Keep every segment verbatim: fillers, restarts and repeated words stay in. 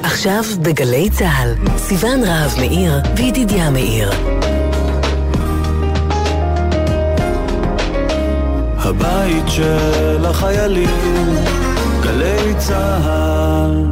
עכשיו בגלי צהל, סיוון רהב מאיר וידידיה מאיר. הבית של החיילים, גלי צהל.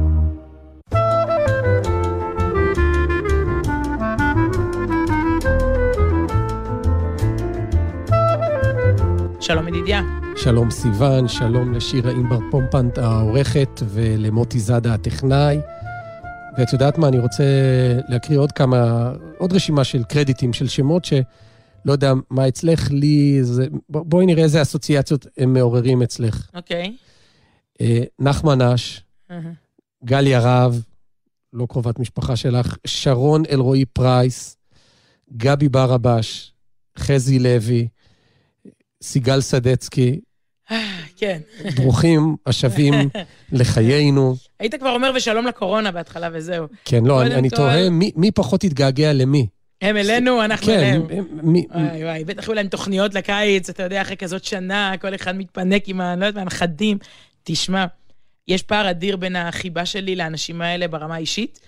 שלום ידידיה. שלום סיוון, שלום לשירה אימבר פומפנט העורכת ולמוטי זאדה הטכנאי. ואת יודעת מה, אני רוצה להקריא עוד כמה, עוד רשימה של קרדיטים, של שמות שלא יודע מה אצלך, לי, זה, בואי נראה איזה אסוציאציות הם מעוררים אצלך. אוקיי. אה, נחמן אש, Uh-huh. גלי הרב, לא קרובת משפחה שלך, שרון אלרועי פרייס, גבי ברבש, חזי לוי, סיגל סדצקי, כן. ברוכים השבים לחיינו. היית כבר אומר ושלום לקורונה בהתחלה וזהו. כן, לא, אני, אני תוהה מי, מי פחות התגעגע למי. הם אלינו, אנחנו כן, אליהם. מי, וואי וואי, בטח אולי עם תוכניות לקיץ, אתה יודע, אחרי כזאת שנה, כל אחד מתפנק עם, לא יודעת, מהנכדים. תשמע, יש פער אדיר בין החיבה שלי לאנשים האלה ברמה האישית.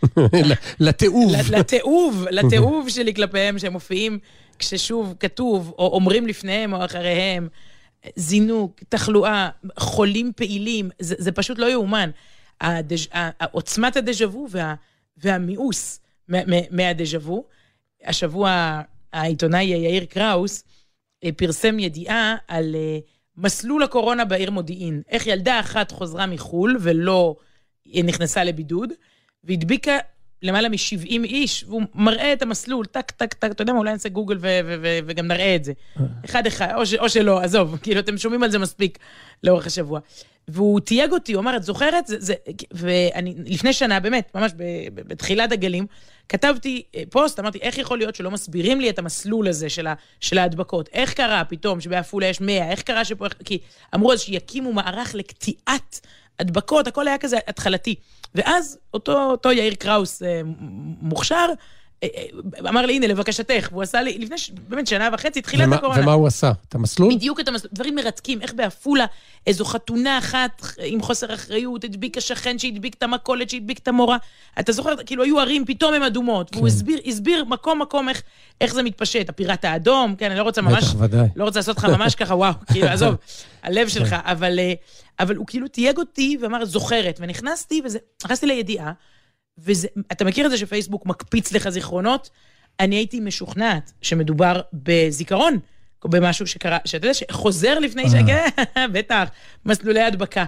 לתיעוב. לתיעוב, לתיעוב שלי כלפיהם, שהם מופיעים כששוב כתוב, או אומרים לפניהם או אחריהם, זינוק, תחלואה, חולים פעילים, זה, זה פשוט לא יאומן. הדז', עוצמת הדז'וו וה, והמיאוס מהדז'וו. השבוע העיתונאי יאיר קראוס פרסם ידיעה על מסלול הקורונה בעיר מודיעין. איך ילדה אחת חוזרה מחול ולא נכנסה לבידוד, והדביקה למעלה מ-שבעים איש, והוא מראה את המסלול, טק, טק, טק, אתה יודע מה, אולי נעשה גוגל ו- ו- ו- וגם נראה את זה. אחד אחד, או, ש- או שלא, עזוב, כאילו, אתם שומעים על זה מספיק לאורך השבוע. והוא תייג אותי, הוא אמר, את זוכרת? זה, זה, ואני, לפני שנה, באמת, ממש ב- ב- בתחילת הגלים, כתבתי פוסט, אמרתי, איך יכול להיות שלא מסבירים לי את המסלול הזה של, ה- של ההדבקות? איך קרה פתאום שבאפולה יש מאה? איך קרה שפה, כי אמרו אז שיקימו מערך לקטיעת הדבקות, הכל היה כזה התחלתי. ואז אותו, אותו יאיר קראוס אה, מוכשר, אה, אמר לי, הנה, לבקשתך, והוא עשה לי, לפני ש... באמת שנה וחצי, התחילה את הקורונה. ומה הוא עשה? את המסלול? בדיוק את המסלול, דברים מרתקים, איך באפולה, איזו חתונה אחת עם חוסר אחריות, הדביק השכן שהדביק את המקולת, שהדביק את המורה. אתה זוכר, כאילו היו ערים, פתאום הם אדומות, כן. והוא הסביר, הסביר מקום מקום איך, איך זה מתפשט, הפיראט האדום, כן, אני לא רוצה ממש, ודאי. לא רוצה לעשות לך ממש ככה, וואו, כאילו, עזוב, הלב שלך, אבל, אבל הוא כאילו תייג אותי ואמר, זוכרת, ונכנסתי, וזה, נכנסתי לידיעה, ואתה מכיר את זה שפייסבוק מקפיץ לך זיכרונות? אני הייתי משוכנעת שמדובר בזיכרון, או במשהו שקרה, שאתה יודע, שחוזר לפני שגע, בטח, מסלולי הדבקה.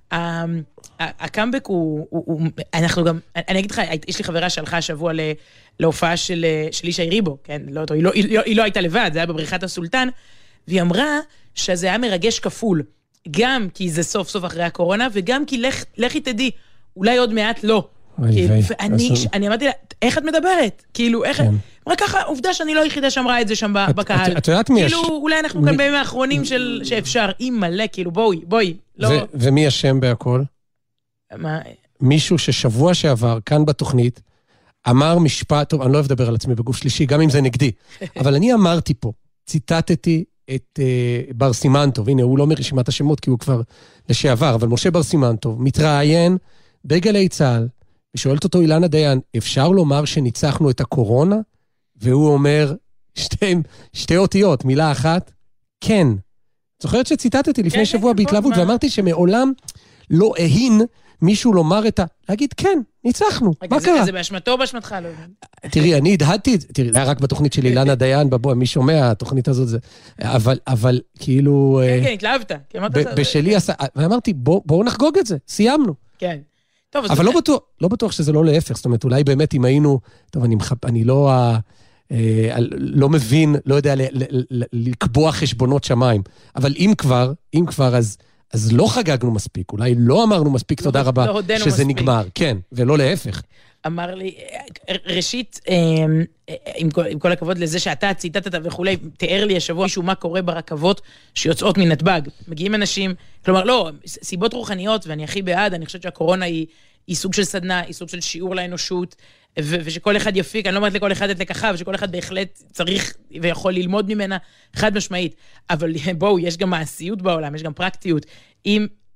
הקאמבק הוא, אנחנו גם, אני אגיד לך, יש לי חברה שהלכה השבוע להופעה של ישי ריבו, כן, היא לא הייתה לבד, זה היה בבריכת הסולטן, והיא אמרה שזה היה מרגש כפול, גם כי זה סוף סוף אחרי הקורונה, וגם כי לכי תדעי, אולי עוד מעט לא. ואני אמרתי לה, איך את מדברת? כאילו, איך... רק ככה, עובדה שאני לא היחידה שאמרה את זה שם בקהל. את יודעת מי יש? כאילו, אולי אנחנו כאן בימים האחרונים שאפשר, אם מלא, כאילו, בואי, בואי. ומי השם בהכל? מה? מישהו ששבוע שעבר, כאן בתוכנית, אמר משפט, טוב, אני לא אוהב לדבר על עצמי בגוף שלישי, גם אם זה נגדי, אבל אני אמרתי פה, ציטטתי את בר סימנטוב, הנה, הוא לא מרשימת השמות, כי הוא כבר לשעבר, אבל משה בר סימנטוב, מתראיין בגלי צהל, ושואלת אותו אילנה דיין, אפשר לומר שניצחנו את הקורונה? והוא אומר, שתי, שתי אותיות, מילה אחת, כן. זוכרת שציטטתי לפני כן, שבוע כן, בהתלהבות, ואמרתי שמעולם לא ההין מישהו לומר את ה... להגיד, כן, ניצחנו, מה זה, קרה? זה באשמתו או באשמתך? לא. תראי, אני הדהדתי את זה, תראי, זה היה רק בתוכנית של אילנה דיין, בבוא, מי שומע, התוכנית הזאת זה... אבל, אבל, כאילו... כן, כן, התלהבת. בשלי עשה... ואמרתי, בואו נחגוג את זה, סיימנו. כן. טוב, אבל לא בטוח, לא בטוח שזה לא להפך, זאת אומרת, אולי באמת אם היינו, טוב, אני, מחפ, אני לא, אה, לא מבין, לא יודע, ל, ל, ל, לקבוע חשבונות שמיים, אבל אם כבר, אם כבר, אז, אז לא חגגנו מספיק, אולי לא אמרנו מספיק, לא, תודה לא רבה, שזה מספיק. נגמר, כן, ולא להפך. אמר לי, ראשית, עם כל, עם כל הכבוד לזה שאתה ציטטת וכולי, תיאר לי השבוע מישהו מה קורה ברכבות שיוצאות מנתב"ג. מגיעים אנשים, כלומר, לא, סיבות רוחניות, ואני הכי בעד, אני חושבת שהקורונה היא, היא סוג של סדנה, היא סוג של שיעור לאנושות, ו- ושכל אחד יפיק, אני לא אומרת לכל אחד את לקחיו, ושכל אחד בהחלט צריך ויכול ללמוד ממנה חד משמעית. אבל בואו, יש גם מעשיות בעולם, יש גם פרקטיות. אם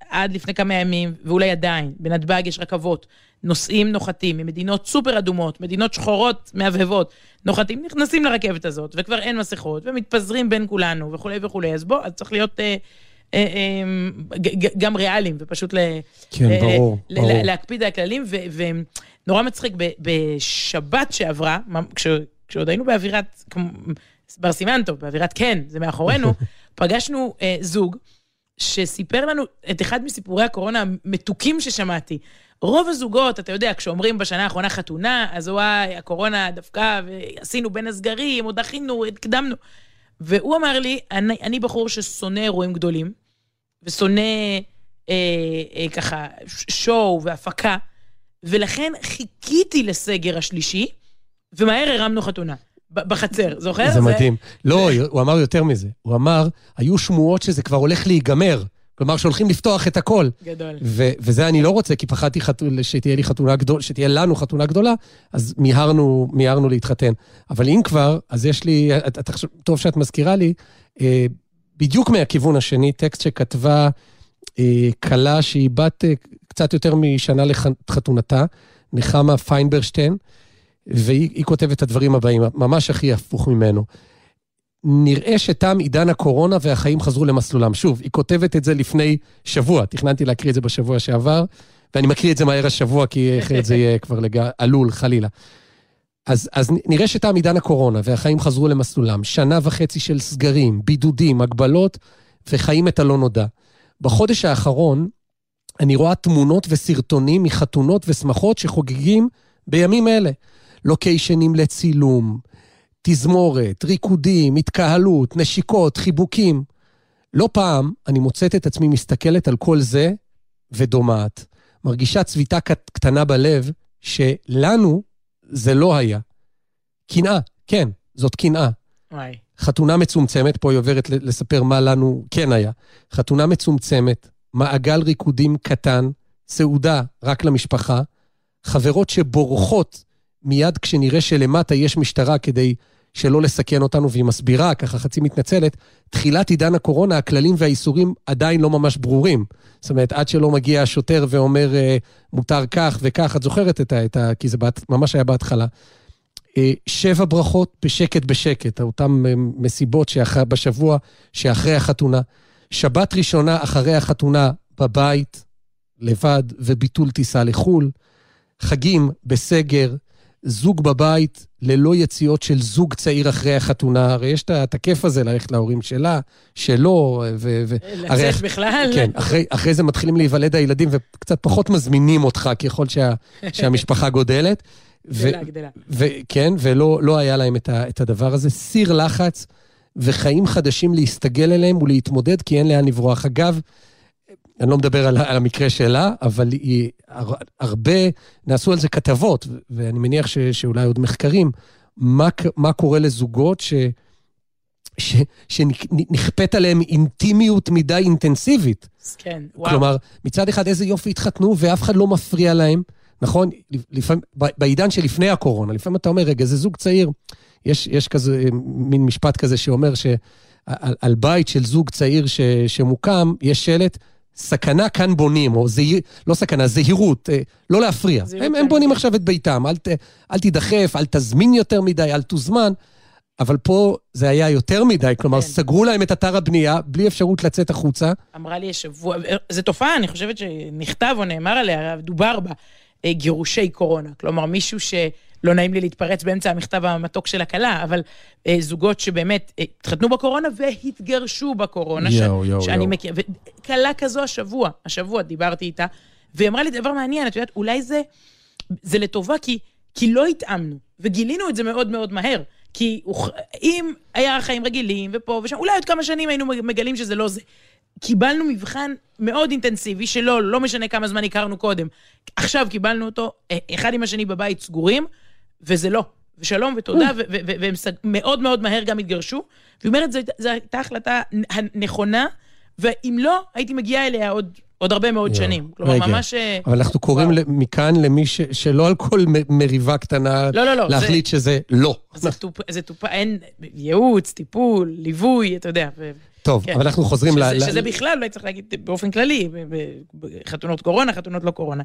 עד לפני כמה ימים, ואולי עדיין, בנתב"ג יש רכבות, נוסעים נוחתים ממדינות סופר אדומות, מדינות שחורות מהבהבות, נוחתים, נכנסים לרכבת הזאת, וכבר אין מסכות, ומתפזרים בין כולנו, וכו' וכו'. אז בוא, אז צריך להיות אה, אה, אה, גם ריאליים, ופשוט ל, כן, אה, ברור, ל, ברור. להקפיד על הכללים, ונורא מצחיק, ב, בשבת שעברה, כש, כשעוד היינו באווירת, בר סימן טוב, באווירת כן, זה מאחורינו, פגשנו אה, זוג, שסיפר לנו את אחד מסיפורי הקורונה המתוקים ששמעתי. רוב הזוגות, אתה יודע, כשאומרים בשנה האחרונה חתונה, אז וואי, הקורונה דווקא, ועשינו בין הסגרים, עוד דחינו, התקדמנו. והוא אמר לי, אני, אני בחור ששונא אירועים גדולים, ושונא אה, אה, ככה שואו והפקה, ולכן חיכיתי לסגר השלישי, ומהר הרמנו חתונה. בחצר, זוכר? זה מדהים. לא, הוא אמר יותר מזה. הוא אמר, היו שמועות שזה כבר הולך להיגמר. כלומר, שהולכים לפתוח את הכל. גדול. וזה אני לא רוצה, כי פחדתי שתהיה לי חתונה גדולה, שתהיה לנו חתונה גדולה, אז מיהרנו, מיהרנו להתחתן. אבל אם כבר, אז יש לי, טוב שאת מזכירה לי, בדיוק מהכיוון השני, טקסט שכתבה קלה שהיא בת קצת יותר משנה לחתונתה, נחמה פיינברשטיין, והיא כותבת את הדברים הבאים, ממש הכי הפוך ממנו. נראה שתם עידן הקורונה והחיים חזרו למסלולם. שוב, היא כותבת את זה לפני שבוע, תכננתי להקריא את זה בשבוע שעבר, ואני מקריא את זה מהר השבוע, כי אחרת זה יהיה כבר לגע, עלול, חלילה. אז, אז נראה שתם עידן הקורונה והחיים חזרו למסלולם, שנה וחצי של סגרים, בידודים, הגבלות, וחיים את הלא נודע. בחודש האחרון, אני רואה תמונות וסרטונים מחתונות ושמחות שחוגגים בימים אלה. לוקיישנים לצילום, תזמורת, ריקודים, התקהלות, נשיקות, חיבוקים. לא פעם אני מוצאת את עצמי מסתכלת על כל זה ודומעת. מרגישה צביטה קטנה בלב שלנו זה לא היה. קנאה, כן, זאת קנאה. וואי. חתונה מצומצמת, פה היא עוברת לספר מה לנו כן היה. חתונה מצומצמת, מעגל ריקודים קטן, סעודה רק למשפחה, חברות שבורחות מיד כשנראה שלמטה יש משטרה כדי שלא לסכן אותנו, והיא מסבירה, ככה חצי מתנצלת, תחילת עידן הקורונה, הכללים והאיסורים עדיין לא ממש ברורים. זאת אומרת, עד שלא מגיע השוטר ואומר, מותר כך וכך, את זוכרת את ה... את ה כי זה ממש היה בהתחלה. שבע ברכות בשקט בשקט, אותם מסיבות שאחרי, בשבוע שאחרי החתונה. שבת ראשונה אחרי החתונה בבית, לבד, וביטול טיסה לחול. חגים בסגר, זוג בבית, ללא יציאות של זוג צעיר אחרי החתונה, הרי יש את הכיף הזה ללכת להורים שלה, שלו, ו... לצאת בכלל. כן, אחרי, אחרי זה מתחילים להיוולד הילדים, וקצת פחות מזמינים אותך, ככל שה, שהמשפחה גודלת. גדלה, גדלה. כן, ולא לא היה להם את, ה, את הדבר הזה, סיר לחץ, וחיים חדשים להסתגל אליהם ולהתמודד, כי אין לאן לברוח. אגב, אני לא מדבר על, על המקרה שלה, אבל היא, הרבה, נעשו על זה כתבות, ואני מניח ש, שאולי עוד מחקרים, מה, מה קורה לזוגות ש, ש, שנכפת עליהם אינטימיות מדי אינטנסיבית. כן, וואו. כלומר, מצד אחד איזה יופי התחתנו, ואף אחד לא מפריע להם, נכון? לפעמים, בעידן שלפני הקורונה, לפעמים אתה אומר, רגע, זה זוג צעיר, יש, יש כזה, מין משפט כזה שאומר שעל על בית של זוג צעיר ש, שמוקם, יש שלט, סכנה כאן בונים, או זהיר, לא סכנה, זהירות, לא להפריע. הם, הם בונים עכשיו את ביתם, אל, אל תדחף, אל תזמין יותר מדי, אל תוזמן, אבל פה זה היה יותר מדי, כלומר, סגרו להם את אתר הבנייה, בלי אפשרות לצאת החוצה. אמרה לי השבוע, זו תופעה, אני חושבת שנכתב או נאמר עליה, דובר בה, גירושי קורונה, כלומר, מישהו שלא נעים לי להתפרץ באמצע המכתב המתוק של הקלה, אבל זוגות שבאמת התחתנו בקורונה והתגרשו בקורונה, יו, יו, שאני יו. מכיר, וקלה כזו השבוע, השבוע דיברתי איתה, והיא אמרה לי דבר מעניין, את יודעת, אולי זה, זה לטובה, כי, כי לא התאמנו, וגילינו את זה מאוד מאוד מהר, כי אם היה חיים רגילים ופה ושם, אולי עוד כמה שנים היינו מגלים שזה לא זה. קיבלנו מבחן מאוד אינטנסיבי שלא, לא משנה כמה זמן הכרנו קודם. עכשיו קיבלנו אותו, אחד עם השני בבית סגורים, וזה לא. ושלום ותודה, והם מאוד מאוד מהר גם התגרשו. והיא אומרת, זו הייתה החלטה הנכונה, ואם לא, הייתי מגיעה אליה עוד, עוד הרבה מאוד שנים. כלומר, ממש... אבל אנחנו קוראים מכאן למי שלא על כל מריבה קטנה, להחליט שזה לא. זה טופה, אין ייעוץ, טיפול, ליווי, אתה יודע. טוב, אבל אנחנו חוזרים שזה, ל... שזה בכלל, אולי צריך להגיד באופן כללי, חתונות קורונה, חתונות לא קורונה.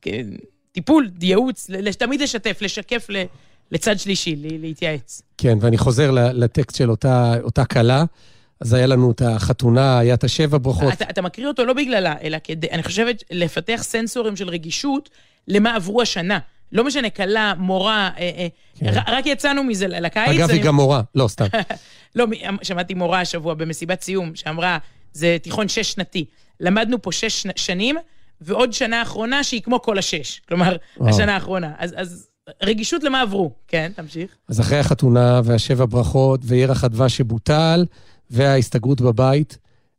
טיפול, ייעוץ, תמיד לשתף, לשקף לצד שלישי, להתייעץ. כן, ואני חוזר לטקסט של אותה, אותה קלה, אז היה לנו את החתונה, היה את השבע ברכות. אתה, אתה מקריא אותו לא בגללה, אלא כדי, אני חושבת, לפתח סנסורים של רגישות למה עברו השנה. לא משנה, קלה, מורה, אה, כן. אה, רק יצאנו מזה לקיץ. אגב, אני... היא גם מורה, לא, סתם. לא, שמעתי מורה השבוע במסיבת סיום, שאמרה, זה תיכון שש שנתי. למדנו פה שש שנים, ועוד שנה האחרונה שהיא כמו כל השש. כלומר, וואו. השנה האחרונה. אז, אז רגישות למה עברו. כן, תמשיך. אז אחרי החתונה והשבע ברכות, וירח הדבש שבוטל, וההסתגרות בבית,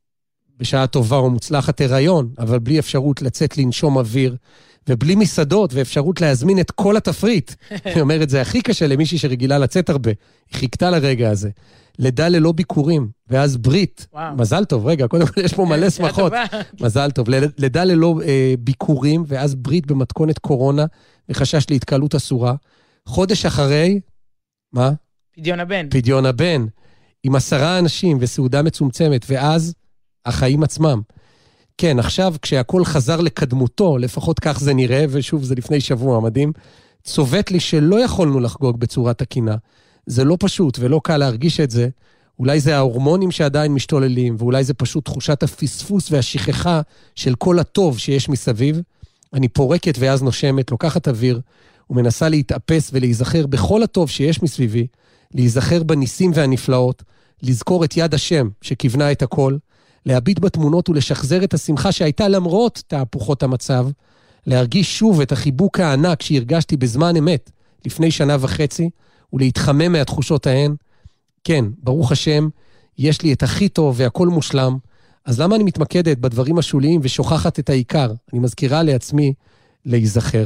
בשעה טובה ומוצלחת הריון, אבל בלי אפשרות לצאת לנשום אוויר, ובלי מסעדות ואפשרות להזמין את כל התפריט. אני אומר את זה הכי קשה למישהי שרגילה לצאת הרבה. היא חיכתה לרגע הזה. לידה ללא ביקורים, ואז ברית. וואו. מזל טוב, רגע, קודם כל יש פה מלא שמחות. מזל טוב. לידה ללא אה, ביקורים, ואז ברית במתכונת קורונה, וחשש להתקהלות אסורה. חודש אחרי, מה? פדיון הבן. פדיון הבן. עם עשרה אנשים וסעודה מצומצמת, ואז החיים עצמם. כן, עכשיו כשהכל חזר לקדמותו, לפחות כך זה נראה, ושוב זה לפני שבוע, מדהים, צובט לי שלא יכולנו לחגוג בצורה תקינה. זה לא פשוט ולא קל להרגיש את זה. אולי זה ההורמונים שעדיין משתוללים, ואולי זה פשוט תחושת הפספוס והשכחה של כל הטוב שיש מסביב. אני פורקת ואז נושמת, לוקחת אוויר, ומנסה להתאפס ולהיזכר בכל הטוב שיש מסביבי, להיזכר בניסים והנפלאות, לזכור את יד השם שכיוונה את הכל, להביט בתמונות ולשחזר את השמחה שהייתה למרות תהפוכות המצב, להרגיש שוב את החיבוק הענק שהרגשתי בזמן אמת לפני שנה וחצי, ולהתחמם מהתחושות ההן. כן, ברוך השם, יש לי את הכי טוב והכל מושלם, אז למה אני מתמקדת בדברים השוליים ושוכחת את העיקר? אני מזכירה לעצמי להיזכר.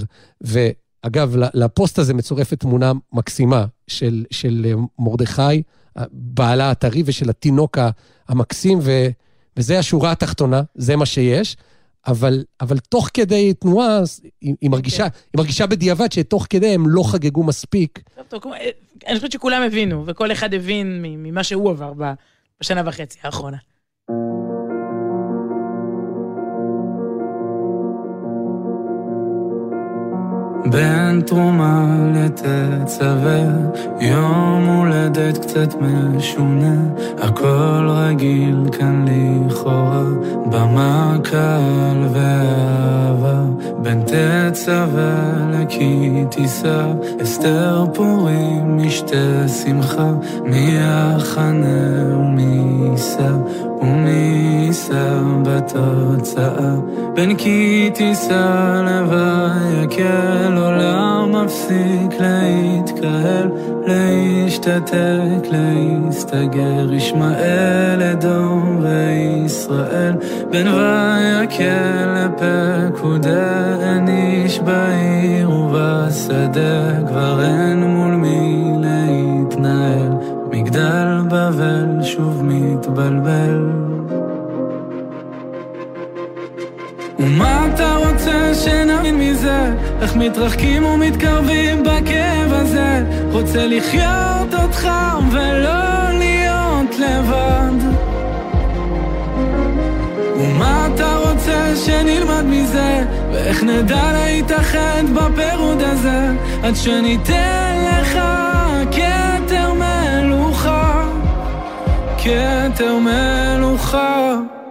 ואגב, לפוסט הזה מצורפת תמונה מקסימה של, של מרדכי, בעלה הטרי ושל התינוק המקסים, ו, וזה השורה התחתונה, זה מה שיש, אבל, אבל תוך כדי תנועה, היא, היא, מרגישה, היא מרגישה בדיעבד שתוך כדי הם לא חגגו מספיק. טוב, טוב, אני חושבת שכולם הבינו, וכל אחד הבין ממה שהוא עבר בשנה וחצי האחרונה. בין תרומה לתצווה, יום הולדת קצת משונה, הכל רגיל כאן לכאורה, במה קל ואהבה, בין תצווה לכי תיסע, אסתר פורים משתה שמחה, מי יחנה ומי יישא, ומי יישא בתוצאה, בין כי תיסע לבי יקל, עולם מפסיק להתקהל, להשתתק, להסתגר, ישמעאל, אדום וישראל, בין ויקל לפקודה, אין איש בעיר ובשדה, כבר אין מול מי להתנהל, מגדל בבל שוב מתבלבל. ומה אתה רוצה שנבין מזה? איך מתרחקים ומתקרבים בכאב הזה? רוצה לחיות אותך ולא להיות לבד. ומה אתה רוצה שנלמד מזה? ואיך נדע להתאחד בפירוד הזה? עד שניתן לך כתר מלוכה, כתר מלוכה.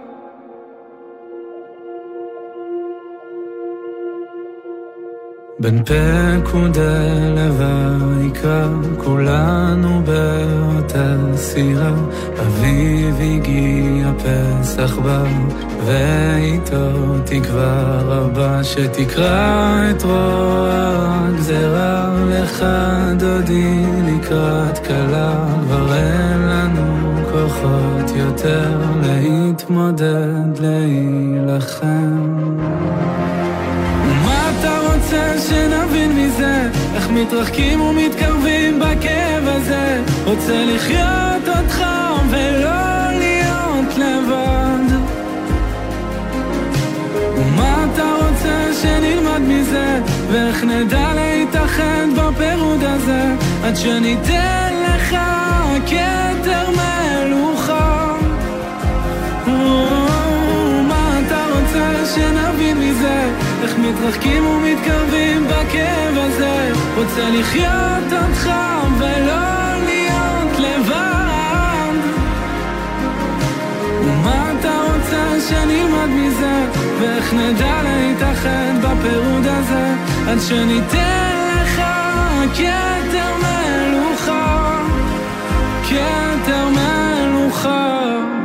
בין פקודה לויקרא, כולנו באותה סירה, אביב הגיע פסח בא, ואיתו תקווה רבה, שתקרא את רוע הגזרה, לך דודי לקראת קלה, כבר אין לנו כוחות יותר, להתמודד, להילחם. רוצה שנבין מזה, איך מתרחקים ומתקרבים בכאב הזה, רוצה לחיות אותך ולא להיות לבד. ומה אתה רוצה שנלמד מזה, ואיך נדע להתאחד בפירוד הזה, עד שניתן לך כתר מלוכה, שנבין מזה, איך מתרחקים ומתקרבים בכאב הזה. רוצה לחיות אותך ולא להיות לבד. ומה אתה רוצה שנלמד מזה, ואיך נדע להתאחד בפירוד הזה, עד שניתן לך כתר מלוכה, כתר מלוכה.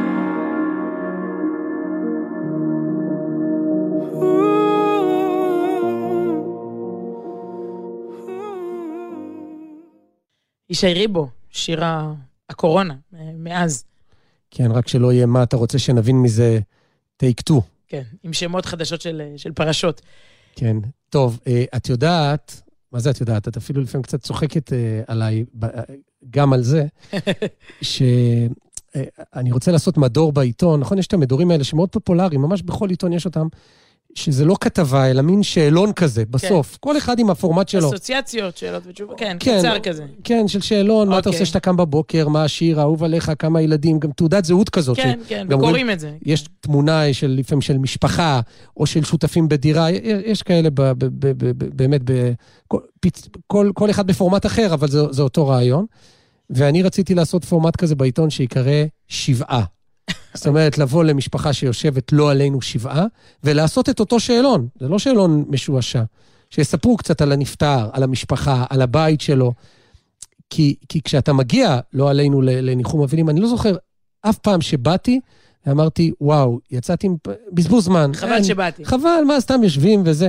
ישי ריבו, שירה הקורונה, מאז. כן, רק שלא יהיה מה אתה רוצה שנבין מזה, take two. כן, עם שמות חדשות של, של פרשות. כן, טוב, את יודעת, מה זה את יודעת? את אפילו לפעמים קצת צוחקת עליי, גם על זה, שאני רוצה לעשות מדור בעיתון, נכון? יש את המדורים האלה שמאוד פופולריים, ממש בכל עיתון יש אותם, שזה לא כתבה, אלא מין שאלון כזה, בסוף. כל אחד עם הפורמט שלו. אסוציאציות, שאלות ותשובה. כן, קצר כזה. כן, של שאלון, מה אתה עושה שאתה קם בבוקר, מה השיר, אהוב עליך, כמה ילדים, גם תעודת זהות כזאת. כן, כן, וקוראים את זה. יש תמונה לפעמים של משפחה, או של שותפים בדירה, יש כאלה באמת, כל אחד בפורמט אחר, אבל זה אותו רעיון. ואני רציתי לעשות פורמט כזה בעיתון שיקרא שבעה. זאת אומרת, לבוא למשפחה שיושבת לא עלינו שבעה, ולעשות את אותו שאלון. זה לא שאלון משועשע. שיספרו קצת על הנפטר, על המשפחה, על הבית שלו. כי, כי כשאתה מגיע לא עלינו לניחום אבלים, אני לא זוכר אף פעם שבאתי, ואמרתי, וואו, יצאתי בזבוז זמן. חבל אין, שבאתי. חבל, מה, סתם יושבים וזה.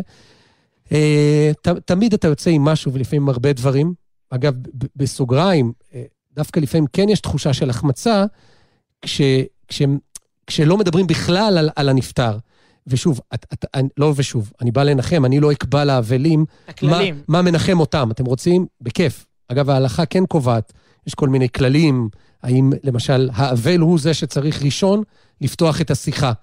אה, ת, תמיד אתה יוצא עם משהו, ולפעמים הרבה דברים. אגב, ב- בסוגריים, דווקא לפעמים כן יש תחושה של החמצה, כש... כש, כשלא מדברים בכלל על, על הנפטר, ושוב, את, את, אני, לא ושוב, אני בא לנחם, אני לא אקבע לאבלים, מה, מה מנחם אותם, אתם רוצים? בכיף. אגב, ההלכה כן קובעת, יש כל מיני כללים, האם למשל, האבל הוא זה שצריך ראשון, לפתוח את השיחה.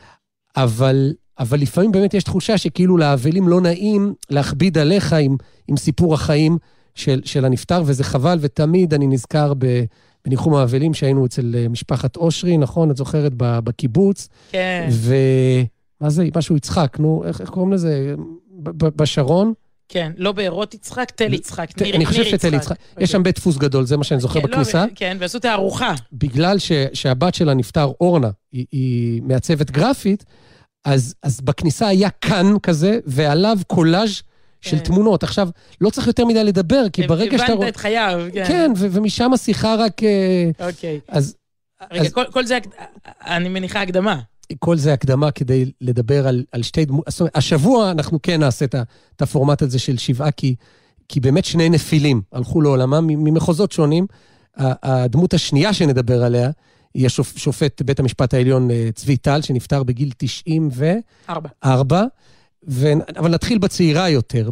אבל, אבל לפעמים באמת יש תחושה שכאילו לאבלים לא נעים להכביד עליך עם, עם סיפור החיים של, של הנפטר, וזה חבל, ותמיד אני נזכר ב... בניחום האבלים שהיינו אצל משפחת אושרי, נכון? את זוכרת בקיבוץ. כן. ומה זה? משהו יצחק, נו, איך, איך קוראים לזה? בשרון? כן, לא בארות יצחק, תל יצחק. אני חושב שתל יצחק. יש שם בית דפוס גדול, זה מה שאני זוכר בכניסה. כן, ועשו את הארוחה. בגלל שהבת שלה נפטר, אורנה, היא מעצבת גרפית, אז בכניסה היה כאן כזה, ועליו קולאז' של תמונות. עכשיו, לא צריך יותר מדי לדבר, כי ברגע שאתה... הבנת את חייו, כן. כן, ומשם השיחה רק... אוקיי. אז... רגע, כל זה, אני מניחה הקדמה. כל זה הקדמה כדי לדבר על שתי דמות... זאת אומרת, השבוע אנחנו כן נעשה את הפורמט הזה של שבעה, כי באמת שני נפילים הלכו לעולמם ממחוזות שונים. הדמות השנייה שנדבר עליה, היא השופט בית המשפט העליון צבי טל, שנפטר בגיל תשעים וארבע. ו... אבל נתחיל בצעירה יותר,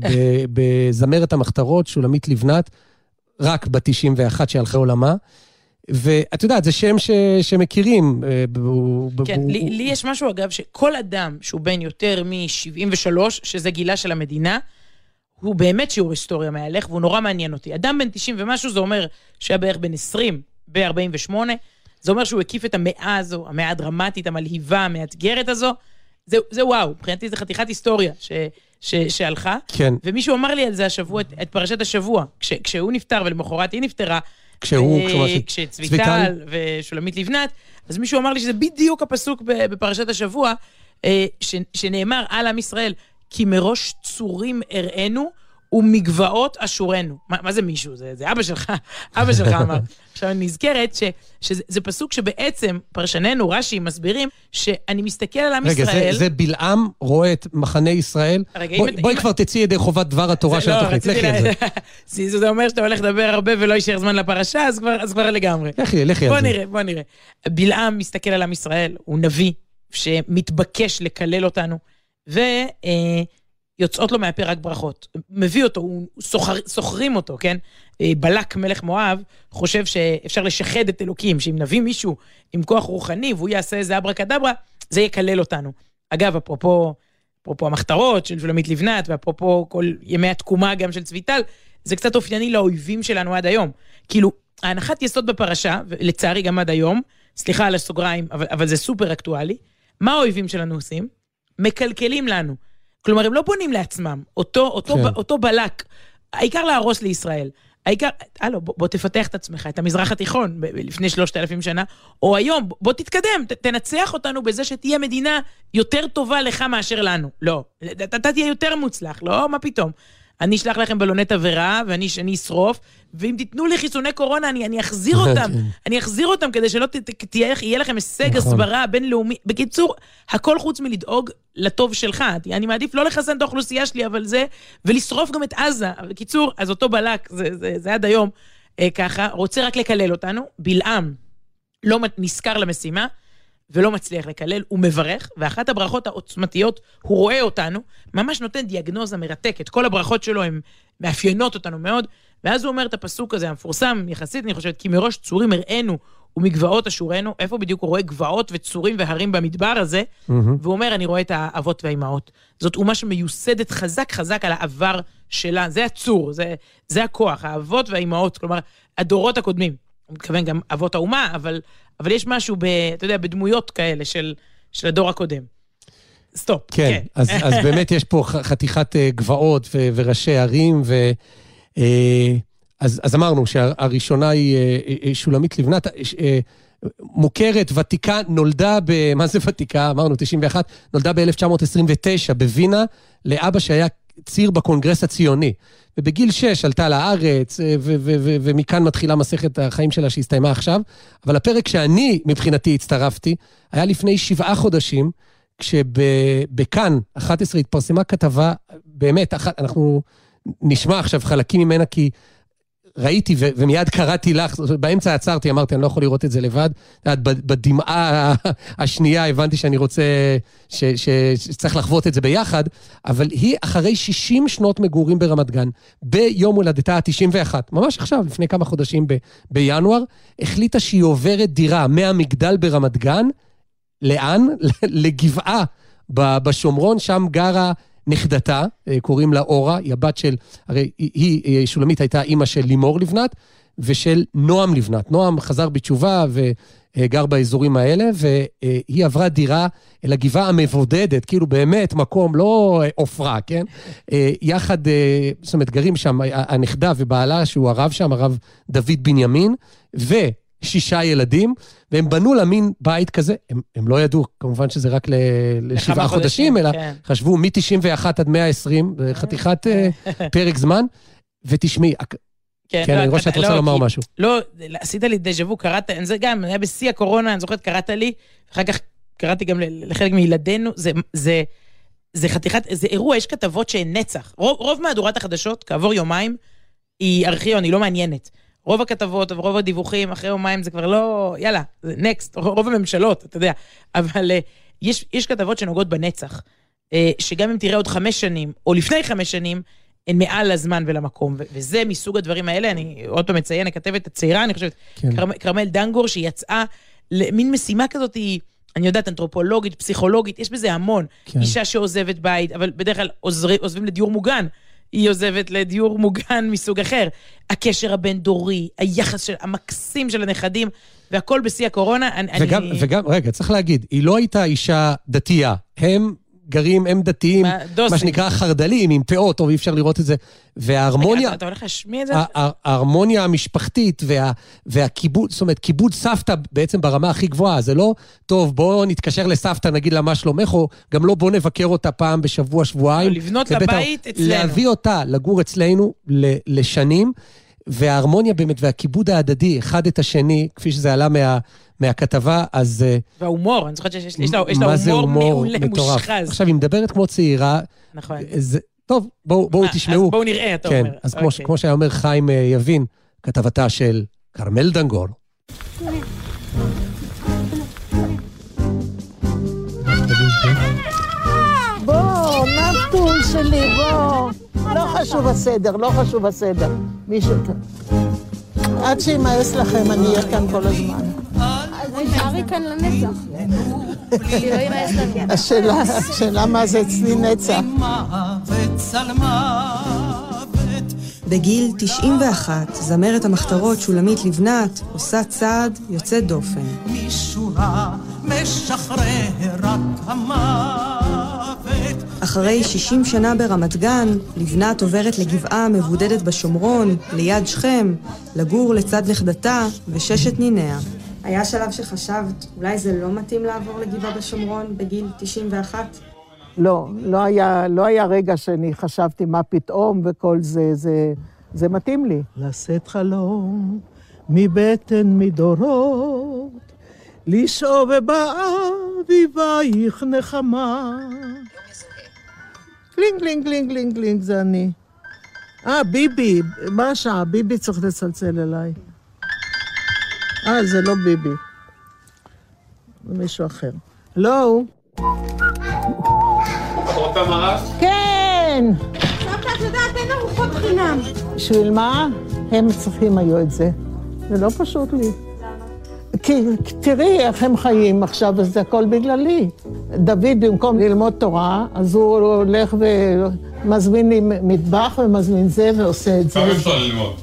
בזמרת המחתרות, שולמית לבנת, רק ב-תשעים ואחת שהלכה עולמה, ואת יודעת, זה שם ש... שמכירים. כן, ב... לי, לי יש משהו אגב, שכל אדם שהוא בן יותר מ-שבעים ושלוש, שזה גילה של המדינה, הוא באמת שיעור היסטוריה מהלך, והוא נורא מעניין אותי. אדם בן תשעים ומשהו, זה אומר שהיה בערך בן עשרים, ב-ארבעים ושמונה, זה אומר שהוא הקיף את המאה הזו, המאה הדרמטית, המלהיבה, המאתגרת הזו, זה, זה וואו, מבחינתי זה חתיכת היסטוריה ש, ש, שהלכה, כן. ומישהו אמר לי על זה השבוע, את, את פרשת השבוע, כש, כשהוא נפטר ולמחרת היא נפטרה, כשהוא, כשצביטל ושולמית לבנת, אז מישהו אמר לי שזה בדיוק הפסוק בפרשת השבוע, ש, שנאמר על עם ישראל, כי מראש צורים הראינו, ומגבעות אשורנו. מה, מה זה מישהו? זה, זה אבא שלך, אבא שלך אמר. עכשיו אני נזכרת ש, שזה זה פסוק שבעצם פרשננו, רש"י, מסבירים, שאני מסתכל על עם רגע, ישראל... רגע, זה, זה בלעם רואה את מחנה ישראל. רגע, בוא, אם, בואי אם... כבר תציעי ידי חובת דבר התורה של לא, התוכנית. לכי על זה. זה אומר שאתה הולך לדבר הרבה ולא יישאר זמן לפרשה, אז כבר, אז כבר לגמרי. לכי, לכי על זה. בוא נראה, בוא נראה. בלעם מסתכל על עם ישראל, הוא נביא שמתבקש לקלל אותנו, ו... יוצאות לו מהפה רק ברכות. מביא אותו, הוא סוחר, סוחרים אותו, כן? בלק מלך מואב חושב שאפשר לשחד את אלוקים, שאם נביא מישהו עם כוח רוחני, והוא יעשה איזה אברקדברה, זה יקלל אותנו. אגב, אפרופו, אפרופו המחתרות של שולמית לבנת, ואפרופו כל ימי התקומה גם של צביטל, זה קצת אופייני לאויבים שלנו עד היום. כאילו, ההנחת יסוד בפרשה, ולצערי גם עד היום, סליחה על הסוגריים, אבל, אבל זה סופר אקטואלי, מה האויבים שלנו עושים? מקלקלים לנו. כלומר, הם לא בונים לעצמם. אותו, אותו, כן. אותו בלק. העיקר להרוס לישראל. העיקר, הלו, בוא, בוא תפתח את עצמך, את המזרח התיכון, ב- לפני שלושת אלפים שנה, או היום, בוא תתקדם, ת, תנצח אותנו בזה שתהיה מדינה יותר טובה לך מאשר לנו. לא, אתה, אתה תהיה יותר מוצלח, לא, מה פתאום? אני אשלח לכם בלוני תבערה, ואני אני אשרוף, ואם תיתנו לי חיסוני קורונה, אני, אני אחזיר אותם, אני אחזיר אותם כדי שלא ת, תהיה, יהיה לכם הישג הסברה בינלאומי. בקיצור, הכל חוץ מלדאוג לטוב שלך. אני מעדיף לא לחסן את האוכלוסייה שלי, אבל זה, ולשרוף גם את עזה. בקיצור, אז אותו בלק, זה, זה, זה עד היום אה, ככה, רוצה רק לקלל אותנו, בלעם לא נזכר למשימה, ולא מצליח לקלל, הוא מברך, ואחת הברכות העוצמתיות, הוא רואה אותנו, ממש נותן דיאגנוזה מרתקת, כל הברכות שלו הן מאפיינות אותנו מאוד, ואז הוא אומר את הפסוק הזה, המפורסם יחסית, אני חושבת, כי מראש צורים הראינו, ומגבעות אשורנו, איפה בדיוק הוא רואה גבעות וצורים והרים במדבר הזה, mm-hmm. והוא אומר, אני רואה את האבות והאימהות. זאת אומה שמיוסדת חזק חזק על העבר שלה, זה הצור, זה, זה הכוח, האבות והאימהות, כלומר, הדורות הקודמים, אני מתכוון גם אבות האומה, אבל, אבל יש משהו, ב, אתה יודע, בדמויות כאלה של, של הדור הקודם. סטופ. כן, כן. אז, אז באמת יש פה חתיכת גבעות ו, וראשי ערים, ו... אז, אז אמרנו שהראשונה היא שולמית לבנת, מוכרת, ותיקה, נולדה ב... מה זה ותיקה? אמרנו, תשעים ואחת, נולדה ב-אלף תשע מאות עשרים ותשע בווינה, לאבא שהיה ציר בקונגרס הציוני. ובגיל שש עלתה לארץ, ו- ו- ו- ומכאן מתחילה מסכת החיים שלה שהסתיימה עכשיו. אבל הפרק שאני, מבחינתי, הצטרפתי, היה לפני שבעה חודשים, כשבכאן, אחת עשרה, התפרסמה כתבה, באמת, אחת, אנחנו נשמע עכשיו חלקים ממנה, כי ראיתי ו- ומיד קראתי לך, באמצע עצרתי, אמרתי, אני לא יכול לראות את זה לבד, בדמעה השנייה הבנתי שאני רוצה, ש- ש- שצריך לחוות את זה ביחד, אבל היא אחרי שישים שנות מגורים ברמת גן, ביום הולדתה ה-תשעים ואחת, ממש עכשיו, לפני כמה חודשים ב- בינואר, החליטה שהיא עוברת דירה מהמגדל ברמת גן, לאן? לגבעה בשומרון, שם גרה נכדתה, קוראים לה אורה, היא הבת של, הרי היא, שולמית הייתה אימא של לימור לבנת, ושל נועם לבנת. נועם חזר בתשובה וגר באזורים האלה, והיא עברה דירה אל הגבעה המבודדת, כאילו באמת מקום לא אופרה, כן? יחד, זאת אומרת, גרים שם הנכדה ובעלה, שהוא הרב שם, הרב דוד בנימין, ו... שישה ילדים, והם בנו למין בית כזה, הם, הם לא ידעו, כמובן שזה רק לשבעה חודשים, אלא כן. חשבו מ-תשעים ואחת עד מאה ועשרים, חתיכת פרק זמן, ותשמעי, כן, כן לא, אני רואה שאת רוצה לא, לומר כי, משהו. לא, עשית לי דז'בו, קראת, זה גם, היה בשיא הקורונה, אני זוכרת, קראת לי, אחר כך קראתי גם לחלק מילדינו, זה, זה, זה חתיכת, זה אירוע, יש כתבות שהן נצח. רוב, רוב מהדורת החדשות, כעבור יומיים, היא ארכיון, היא לא מעניינת. רוב הכתבות ורוב הדיווחים אחרי יומיים זה כבר לא, יאללה, זה נקסט, רוב הממשלות, אתה יודע. אבל uh, יש, יש כתבות שנוגעות בנצח, uh, שגם אם תראה עוד חמש שנים, או לפני חמש שנים, הן מעל לזמן ולמקום. ו- וזה מסוג הדברים האלה, אני עוד פעם מציין, הכתבת הצעירה, אני חושבת, כן. קרמ, קרמל דנגור, שיצאה למין משימה כזאת, היא, אני יודעת, אנתרופולוגית, פסיכולוגית, יש בזה המון. כן. אישה שעוזבת בית, אבל בדרך כלל עוזרים, עוזבים לדיור מוגן, היא עוזבת לדיור מוגן מסוג אחר. הקשר הבין-דורי, היחס של המקסים של הנכדים, והכל בשיא הקורונה. וגם, אני... וגם, רגע, צריך להגיד, היא לא הייתה אישה דתייה. הם גרים, הם דתיים, מה, מה שנקרא חרדלים, עם פאות, או אי אפשר לראות את זה. וההרמוניה... אתה, אתה הולך להשמיע את זה? ההרמוניה המשפחתית וה, והכיבוד, זאת אומרת, כיבוד סבתא בעצם ברמה הכי גבוהה. זה לא, טוב, בואו נתקשר לסבתא, נגיד לה מה שלומך, או גם לא בואו נבקר אותה פעם בשבוע, שבועיים. לא, לבנות לבית אצלנו. להביא אותה, לגור אצלנו לשנים, וההרמוניה באמת, והכיבוד ההדדי, אחד את השני, כפי שזה עלה מה... מהכתבה, אז... וההומור, אני זוכרת שיש לה הומור מעולה מושחז. עכשיו, היא מדברת כמו צעירה. נכון. טוב, בואו תשמעו. אז בואו נראה, אתה אומר. אז כמו שהיה אומר חיים יבין, כתבתה של קרמל דנגור. בוא, נפתול שלי, בוא. לא חשוב הסדר, לא חשוב הסדר. מישהו... עד שימאס לכם, אני אהיה כאן כל הזמן. נשארי כאן לנצח. לא ימאס לכם. השאלה, השאלה מה זה אצלי נצח. בגיל תשעים ואחת, זמרת המחתרות שולמית לבנת עושה צעד יוצא דופן. משורה משחררת המוות. אחרי שישים שנה ברמת גן, לבנת עוברת לגבעה מבודדת בשומרון, ליד שכם, לגור לצד נכדתה וששת ניניה. היה שלב שחשבת, אולי זה לא מתאים לעבור לגבעה בשומרון בגיל תשעים ואחת? לא, לא היה, לא היה רגע שאני חשבתי מה פתאום וכל זה, זה, זה מתאים לי. לשאת חלום מבטן מדורות, לשאוב באביבייך נחמה. קלינג, קלינג, קלינג, קלינג, קלינג, זה אני. אה, ביבי, מה השעה? ביבי צריך לצלצל אליי. אה, זה לא ביבי. זה מישהו אחר. לא. את רוצה מרש? כן! סבתא, את יודעת, אין ארוחות חינם. בשביל מה? הם צריכים היו את זה. זה לא פשוט לי. כי תראי איך הם חיים עכשיו, אז זה הכל בגללי. דוד, במקום ללמוד תורה, אז הוא הולך ומזמין לי מטבח ומזמין זה ועושה את זה. כמה אפשר ללמוד?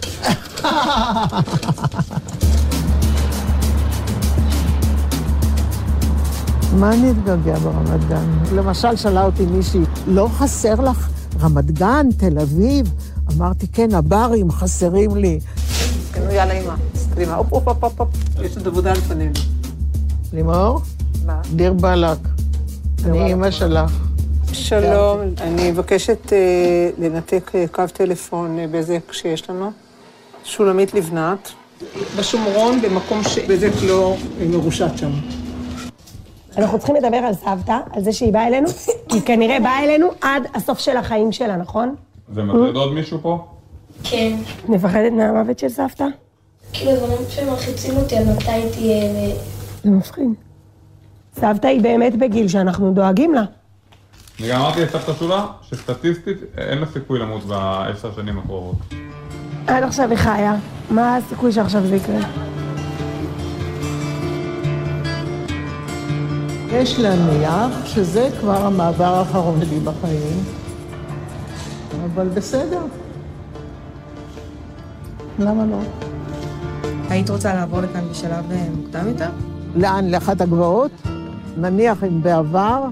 מה אני אתגעגע ברמת גן? למשל, שאלה אותי מישהי, לא חסר לך רמת גן, תל אביב? אמרתי, כן, הברים חסרים לי. כן, יאללה, אמא. אמא, אופ, אופ, אופ, אופ, יש עוד עבודה לפנינו. לימור? מה? דיר בלק. אני אמא שלך. שלום, אני מבקשת לנתק קו טלפון בזק שיש לנו. שולמית לבנת, בשומרון, במקום שבזק לא מרושת שם. אנחנו צריכים לדבר על סבתא, על זה שהיא באה אלינו, היא כנראה באה אלינו עד הסוף של החיים שלה, נכון? זה מטריד עוד מישהו פה? כן. את מפחדת מהמוות של סבתא? כאילו, דברים שמלחיצים אותי, אז מתי היא תהיה... זה מפחיד. סבתא היא באמת בגיל שאנחנו דואגים לה. אני גם אמרתי לסבתא שולה, שסטטיסטית אין לה סיכוי למות בעשר שנים הקרובות. עד עכשיו היא חיה. מה הסיכוי שעכשיו זה יקרה? יש להניח שזה כבר המעבר האחרון שלי בחיים, אבל בסדר. למה לא? היית רוצה לעבור לכאן בשלב מוקדם יותר? לאן? לאחת הגבעות? נניח אם בעבר,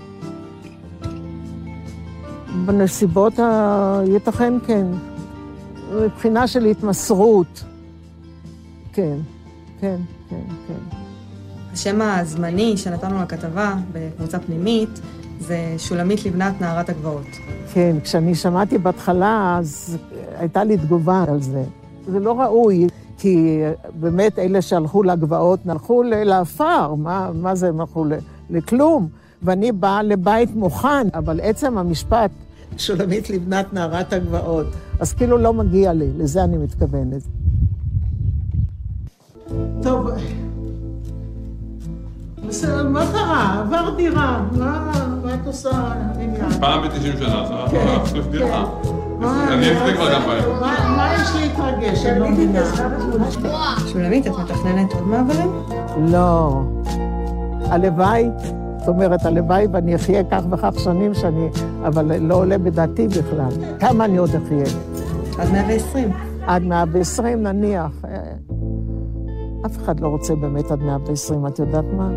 בנסיבות היתכן כן. מבחינה של התמסרות. כן, כן, כן, כן. השם הזמני שנתנו לכתבה בקבוצה פנימית זה שולמית לבנת נערת הגבעות. כן, כשאני שמעתי בהתחלה, אז הייתה לי תגובה על זה. זה לא ראוי, כי באמת אלה שהלכו לגבעות, הלכו לאפר, מה, מה זה הם הלכו לכלום. ואני באה לבית מוכן, אבל עצם המשפט, שולמית לבנת נערת הגבעות, אז כאילו לא מגיע לי, לזה אני מתכוונת. טוב, בסדר, מה קרה? עבר דירה, מה את עושה עניין? פעם ב-תשעים שנה, אז אנחנו להחליף דירה. אני אצלי כבר גם בהם. מה יש להתרגש? אני לא מבינה. שולמית, את מתכננת עוד מעברים? לא. הלוואי, זאת אומרת, הלוואי ואני אחיה כך וכך שנים שאני, אבל לא עולה בדעתי בכלל. כמה אני עוד אחיה? עד מאה ועשרים. עד מאה ועשרים נניח. אף אחד לא רוצה באמת עד מאה ועשרים, את יודעת מה?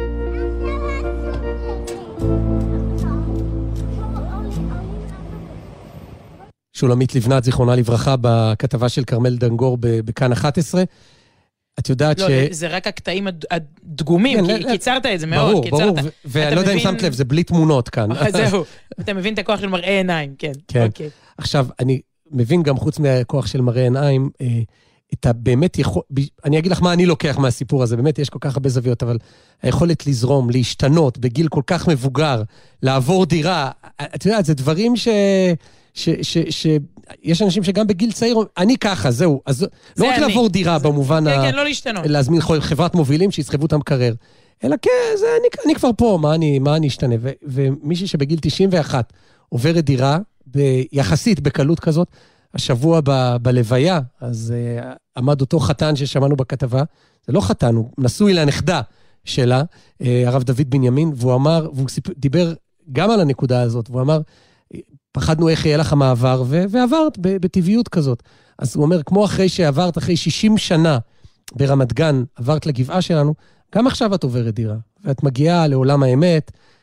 שולמית לבנת, זיכרונה לברכה, בכתבה של קרמל דנגור בכאן אחת עשרה. את יודעת ש... לא, זה רק הקטעים הדגומים, כי קיצרת את זה מאוד. ברור, ברור, ואני לא יודע אם שמת לב, זה בלי תמונות כאן. זהו, אתה מבין את הכוח של מראה עיניים, כן. כן. עכשיו, אני מבין גם חוץ מהכוח של מראה עיניים, אתה באמת יכול... אני אגיד לך מה אני לוקח מהסיפור הזה, באמת יש כל כך הרבה זוויות, אבל היכולת לזרום, להשתנות, בגיל כל כך מבוגר, לעבור דירה, את יודעת, זה דברים ש... ש, ש, ש, יש אנשים שגם בגיל צעיר, אני ככה, זהו, אז לא רק לעבור דירה במובן כן, כן, לא להשתנות. להזמין חברת מובילים שיסחבו את המקרר, אלא כן, זה, אני, אני כבר פה, מה אני, מה אני אשתנה? ו, ומישהי שבגיל תשעים ואחת עוברת דירה, יחסית בקלות כזאת, השבוע ב, בלוויה, אז uh, עמד אותו חתן ששמענו בכתבה, זה לא חתן, הוא נשוי לנכדה שלה, uh, הרב דוד בנימין, והוא אמר, והוא דיבר גם על הנקודה הזאת, והוא אמר, פחדנו איך יהיה לך מעבר, ו- ועברת בטבעיות כזאת. אז הוא אומר, כמו אחרי שעברת, אחרי שישים שנה ברמת גן, עברת לגבעה שלנו, גם עכשיו את עוברת דירה, ואת מגיעה לעולם האמת,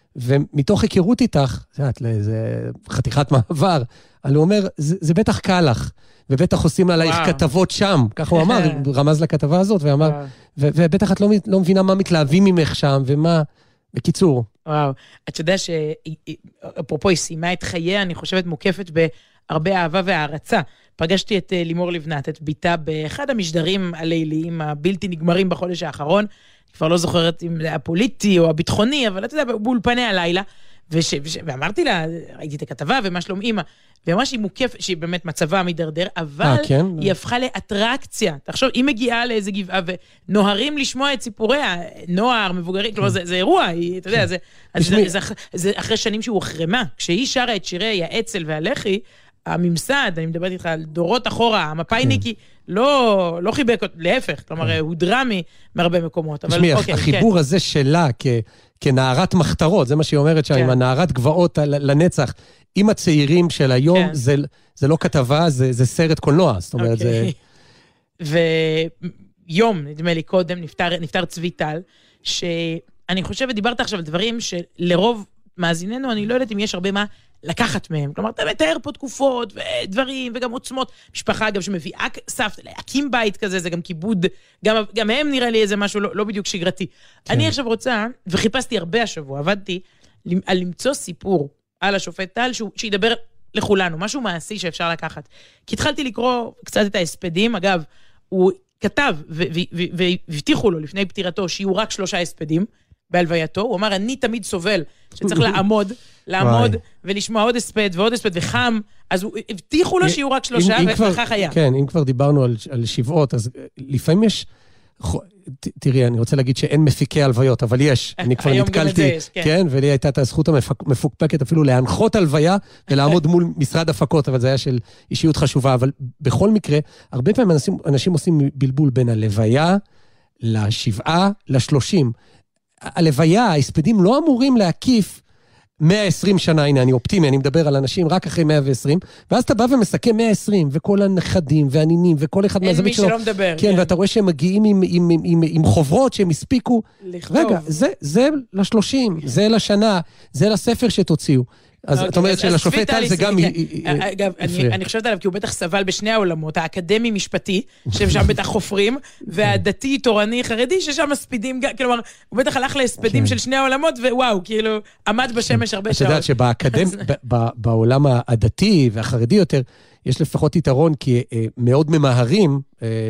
ומתוך היכרות איתך, את יודעת, זה חתיכת מעבר, אבל הוא אומר, זה, זה בטח קל לך, ובטח עושים עלייך כתבות שם, ככה הוא אמר, רמז לכתבה הזאת, ואמר, ו- ובטח את לא, לא מבינה מה מתלהבים ממך שם, ומה, בקיצור. וואו, את יודע שאפרופו היא סיימה את חייה, אני חושבת מוקפת בהרבה אהבה והערצה. פגשתי את לימור לבנת, את ביתה, באחד המשדרים הליליים הבלתי נגמרים בחודש האחרון, כבר לא זוכרת אם זה הפוליטי או הביטחוני, אבל אתה יודע, באולפני הלילה, וש, וש, ואמרתי לה, ראיתי את הכתבה, ומה שלום אמא, ואמרה שהיא מוקפת, שהיא באמת מצבה מדרדר, אבל 아, כן? היא הפכה לאטרקציה. תחשוב, היא מגיעה לאיזה גבעה, ונוהרים לשמוע את סיפוריה, נוער, מבוגרים, כלומר, זה, זה אירוע, היא, אתה יודע, זה, זה, זה, זה, זה אחרי שנים שהוא החרמה. כשהיא שרה את שירי העצל והלחי, הממסד, אני מדברת איתך על דורות אחורה, המפאיניקי, לא, לא חיבק, להפך, כלומר, הוא דרמי מהרבה מקומות. תשמעי, החיבור הזה שלה כנערת מחתרות, זה מה שהיא אומרת שם, עם הנערת גבעות לנצח, עם הצעירים של היום, זה לא כתבה, זה סרט קולנוע, זאת אומרת, זה... ויום, נדמה לי קודם, נפטר צבי טל, שאני חושבת, דיברת עכשיו על דברים שלרוב מאזיננו, אני לא יודעת אם יש הרבה מה לקחת מהם. כלומר, אתה מתאר פה תקופות ודברים וגם עוצמות. משפחה, אגב, שמביאה סבתא, להקים בית כזה, זה גם כיבוד, גם, גם הם נראה לי איזה משהו לא, לא בדיוק שגרתי. כן. אני עכשיו רוצה, וחיפשתי הרבה השבוע, עבדתי על למצוא סיפור על השופט טל, שהוא, שידבר לכולנו, משהו מעשי שאפשר לקחת. כי התחלתי לקרוא קצת את ההספדים, אגב, הוא כתב, והבטיחו לו לפני פטירתו, שיהיו רק שלושה הספדים, בהלווייתו, הוא אמר, אני תמיד סובל, שצריך לעמוד, לעמוד ולשמוע עוד הספד ועוד הספד וחם, אז הבטיחו לו שיהיו רק שלושה, וכך היה. כן, אם כבר דיברנו על שבעות, אז לפעמים יש, תראי, אני רוצה להגיד שאין מפיקי הלוויות, אבל יש, אני כבר נתקלתי, כן, ולי הייתה את הזכות המפוקפקת אפילו להנחות הלוויה, ולעמוד מול משרד הפקות, אבל זה היה של אישיות חשובה, אבל בכל מקרה, הרבה פעמים אנשים עושים בלבול בין הלוויה, לשבעה, לשלושים, הלוויה, ההספדים לא אמורים להקיף מאה ועשרים שנה, הנה אני אופטימי, אני מדבר על אנשים רק אחרי מאה ועשרים, ואז אתה בא ומסכם מאה ועשרים, וכל הנכדים והנינים, וכל אחד מהזווית שלו. אין מי שלא מדבר. כן, ואתה רואה שהם מגיעים עם, עם, עם, עם, עם חוברות שהם הספיקו. לכתוב. רגע, זה, זה לשלושים, זה לשנה, זה לספר שתוציאו. אז את אומרת שלשופט טל זה גם... אגב, אני חושבת עליו, כי הוא בטח סבל בשני העולמות, האקדמי-משפטי, שהם שם בטח חופרים, והדתי, תורני, חרדי, ששם מספידים, כלומר, הוא בטח הלך להספדים של שני העולמות, ווואו, כאילו, עמד בשמש הרבה שעות. את יודעת שבעולם הדתי והחרדי יותר, יש לפחות יתרון, כי מאוד ממהרים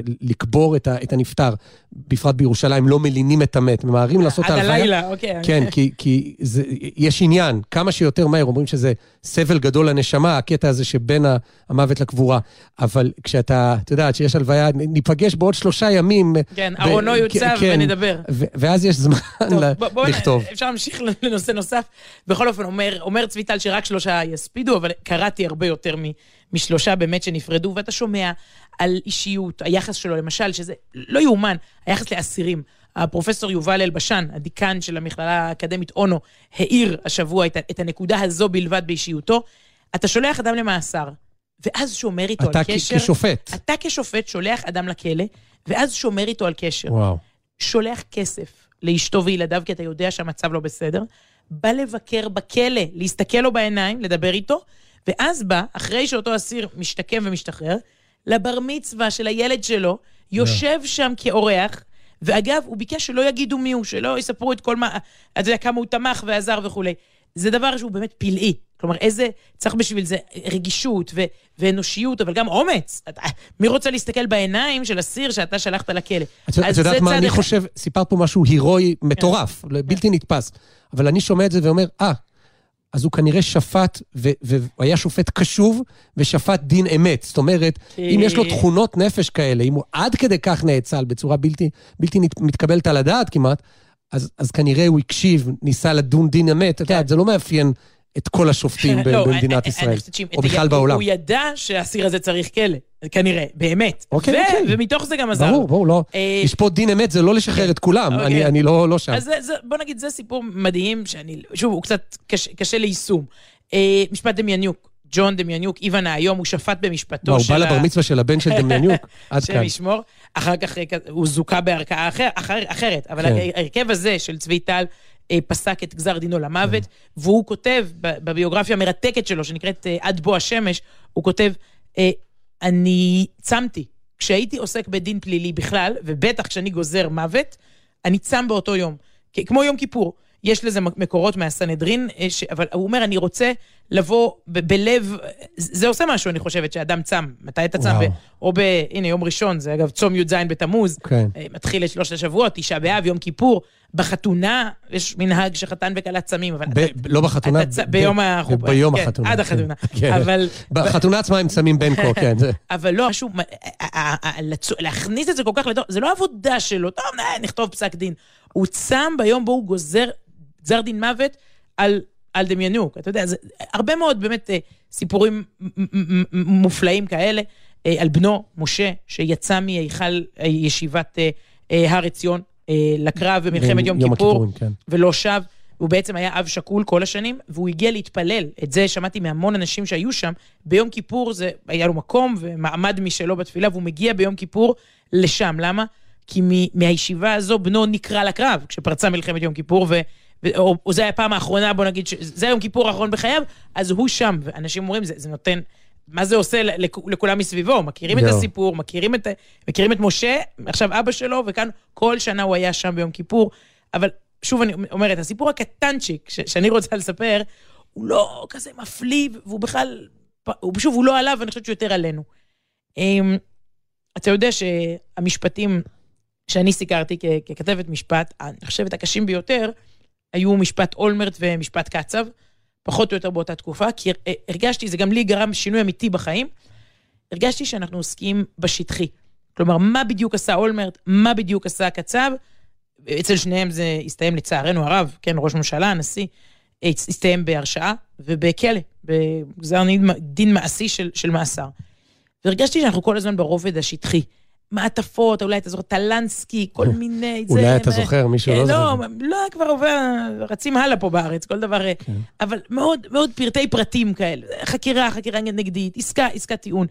לקבור את הנפטר, בפרט בירושלים, לא מלינים את המת, ממהרים לעשות את ההלוויה. עד הלילה, אוקיי. כן, כי יש עניין, כמה שיותר מהר, אומרים שזה סבל גדול לנשמה, הקטע הזה שבין המוות לקבורה, אבל כשאתה, אתה יודעת, שיש הלוויה, ניפגש בעוד שלושה ימים. כן, ארונו יוצב ונדבר. ואז יש זמן לכתוב. אפשר להמשיך לנושא נוסף. בכל אופן, אומר צבי טל שרק שלושה יספידו, אבל קראתי הרבה יותר משלושה באמת שנפרדו, ואתה שומע על אישיות, היחס שלו למשל, שזה לא יאומן, היחס לאסירים. הפרופסור יובל אלבשן, הדיקן של המכללה האקדמית אונו, העיר השבוע את, את הנקודה הזו בלבד באישיותו. אתה שולח אדם למאסר, ואז שומר איתו על קשר. אתה כשופט. אתה כשופט שולח אדם לכלא, ואז שומר איתו על קשר. וואו. שולח כסף לאשתו וילדיו, כי אתה יודע שהמצב לא בסדר, בא לבקר בכלא, להסתכל לו בעיניים, לדבר איתו, ואז בא, אחרי שאותו אסיר משתקם ומשתחרר, לבר מצווה של הילד שלו, יושב שם כאורח, ואגב, הוא ביקש שלא יגידו מי הוא, שלא יספרו את כל מה, אתה יודע, כמה הוא תמך ועזר וכו'. זה דבר שהוא באמת פלאי. כלומר, איזה, צריך בשביל זה רגישות ו- ואנושיות, אבל גם אומץ. אתה, מי רוצה להסתכל בעיניים של אסיר שאתה שלחת לכלא? את יודעת מה, אני חושב, סיפר פה משהו הירואי מטורף, בלתי נתפס. אבל אני שומע את זה ואומר, אה, אז הוא כנראה שפט, והוא היה שופט קשוב, ושפט דין אמת. זאת אומרת, אם יש לו תכונות נפש כאלה, אם הוא עד כדי כך נאצל, בצורה בלתי, בלתי מתקבלת על הדעת כמעט, אז, אז כנראה הוא הקשיב, ניסה לדון דין אמת. אתה יודע, זה לא מאפיין את כל השופטים במדינת ישראל, או בכלל בעולם. הוא ידע שהאסיר הזה צריך כלא, כנראה, באמת. ומתוך זה גם עזר. ברור, ברור, לא. לשפוט דין אמת זה לא לשחרר את כולם, אני לא שם. אז בוא נגיד, זה סיפור מדהים, שאני, שוב, הוא קצת קשה ליישום. משפט דמיאניוק, ג'ון דמיאניוק, איוונה היום, הוא שפט במשפטו של... הוא בא לבר מצווה של הבן של דמיאניוק, עד כאן. אחר כך הוא זוכה בערכאה אחרת, אבל ההרכב הזה של צבי טל, פסק את גזר דינו למוות, והוא כותב בביוגרפיה המרתקת שלו, שנקראת עד בוא השמש, הוא כותב, אני צמתי, כשהייתי עוסק בדין פלילי בכלל, ובטח כשאני גוזר מוות, אני צם באותו יום, כמו יום כיפור. יש לזה מקורות מהסנהדרין, אבל הוא אומר, אני רוצה לבוא ב- בלב, זה עושה משהו, אני חושבת, שאדם צם, מתי אתה צם, ב- או ב... הנה, יום ראשון, זה אגב צום י"ז בתמוז, כן. מתחיל את שלושת השבועות, תשעה באב, יום כיפור, בחתונה, יש מנהג שחתן וכלה צמים, אבל... ב- אתה, לא בחתונה, אתה צ... ב- ביום החופה. ביום כן, החתונה. עד החתונה. כן. אבל... בחתונה עצמה הם צמים בין כה, כן. אבל לא, משהו, להכניס את זה כל כך לתוך, זה לא עבודה שלו, טוב, נכתוב פסק דין. הוא צם ביום בו הוא גוזר גזר דין מוות על, על דמיינוק. אתה יודע, זה הרבה מאוד באמת סיפורים מופלאים כאלה, על בנו, משה, שיצא מהיכל ישיבת הר עציון לקרב במלחמת יום, יום כיפור, הכיפורים, כן. ולא שב, הוא בעצם היה אב שקול כל השנים, והוא הגיע להתפלל. את זה שמעתי מהמון אנשים שהיו שם. ביום כיפור זה היה לו מקום ומעמד משלו בתפילה, והוא מגיע ביום כיפור לשם. למה? כי מהישיבה הזו בנו נקרא לקרב, כשפרצה מלחמת יום כיפור, ו... או, או זה היה הפעם האחרונה, בוא נגיד, זה היום כיפור האחרון בחייו, אז הוא שם, ואנשים אומרים, זה, זה נותן, מה זה עושה לכולם מסביבו, מכירים יו. את הסיפור, מכירים את, מכירים את משה, עכשיו אבא שלו, וכאן כל שנה הוא היה שם ביום כיפור, אבל שוב אני אומרת, הסיפור הקטנצ'יק, ש, שאני רוצה לספר, הוא לא כזה מפליא, והוא בכלל, הוא, שוב, הוא לא עליו, ואני חושבת שהוא יותר עלינו. אתה יודע שהמשפטים שאני סיקרתי כ, ככתבת משפט, אני חושבת הקשים ביותר, היו משפט אולמרט ומשפט קצב, פחות או יותר באותה תקופה, כי הרגשתי, זה גם לי גרם שינוי אמיתי בחיים, הרגשתי שאנחנו עוסקים בשטחי. כלומר, מה בדיוק עשה אולמרט, מה בדיוק עשה קצב, אצל שניהם זה הסתיים לצערנו הרב, כן, ראש ממשלה, הנשיא, הסתיים בהרשעה ובכלא, בגזר דין מעשי של, של מאסר. והרגשתי שאנחנו כל הזמן ברובד השטחי. מעטפות, אולי אתה זוכר, טלנסקי, כל מיני... אולי אתה זוכר, מישהו לא זוכר. לא, לא, כבר עובר, רצים הלאה פה בארץ, כל דבר... אבל מאוד, מאוד פרטי פרטים כאלה. חקירה, חקירה נגדית, עסקה, עסקת טיעון.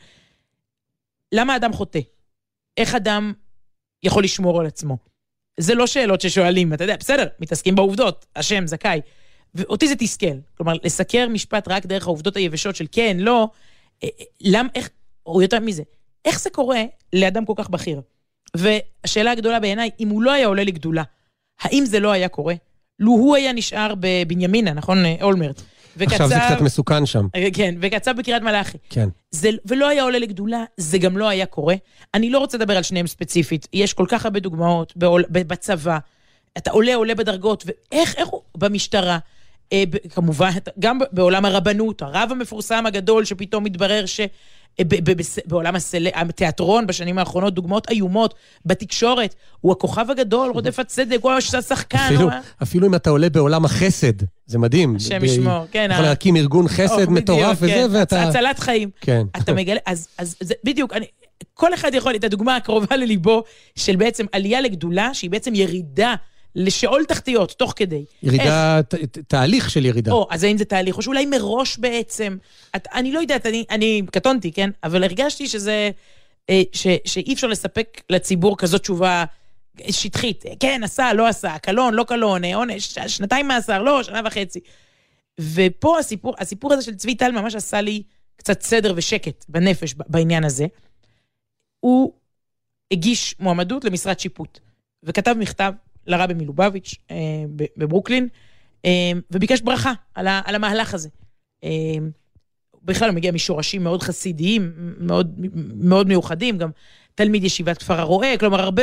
למה אדם חוטא? איך אדם יכול לשמור על עצמו? זה לא שאלות ששואלים, אתה יודע, בסדר, מתעסקים בעובדות, השם, זכאי. ואותי זה תסכל. כלומר, לסקר משפט רק דרך העובדות היבשות של כן, לא, למה, איך, או יותר מזה, איך זה קורה לאדם כל כך בכיר? והשאלה הגדולה בעיניי, אם הוא לא היה עולה לגדולה, האם זה לא היה קורה? לו הוא היה נשאר בבנימינה, נכון, אולמרט? וקצב, עכשיו זה קצת מסוכן שם. כן, וקצב בקריית מלאכי. כן. זה, ולא היה עולה לגדולה, זה גם לא היה קורה. אני לא רוצה לדבר על שניהם ספציפית, יש כל כך הרבה דוגמאות בעול, בצבא, אתה עולה, עולה בדרגות, ואיך, איך הוא, במשטרה, אה, כמובן, גם בעולם הרבנות, הרב המפורסם הגדול, שפתאום מתברר ש... בעולם התיאטרון בשנים האחרונות, דוגמאות איומות, בתקשורת, הוא הכוכב הגדול, רודף הצדק, הוא השחקן. אפילו אם אתה עולה בעולם החסד, זה מדהים. השם ישמור, כן. יכול להקים ארגון חסד מטורף וזה, ואתה... הצלת חיים. כן. אתה מגלה, אז בדיוק, כל אחד יכול, את הדוגמה הקרובה לליבו, של בעצם עלייה לגדולה, שהיא בעצם ירידה, לשאול תחתיות, תוך כדי. ירידה, תהליך של ירידה. או, אז האם זה תהליך, או שאולי מראש בעצם, אני לא יודעת, אני קטונתי, כן? אבל הרגשתי שזה, שאי אפשר לספק לציבור כזאת תשובה שטחית. כן, עשה, לא עשה, קלון, לא קלון, עונש, שנתיים מאסר, לא, שנה וחצי. ופה הסיפור, הסיפור הזה של צבי טל ממש עשה לי קצת סדר ושקט בנפש בעניין הזה. הוא הגיש מועמדות למשרד שיפוט, וכתב מכתב לרבי מלובביץ' אה, בברוקלין, אה, וביקש ברכה על, ה, על המהלך הזה. אה, בכלל הוא מגיע משורשים מאוד חסידיים, מאוד, מאוד מיוחדים, גם תלמיד ישיבת כפר הרועה, כלומר הרבה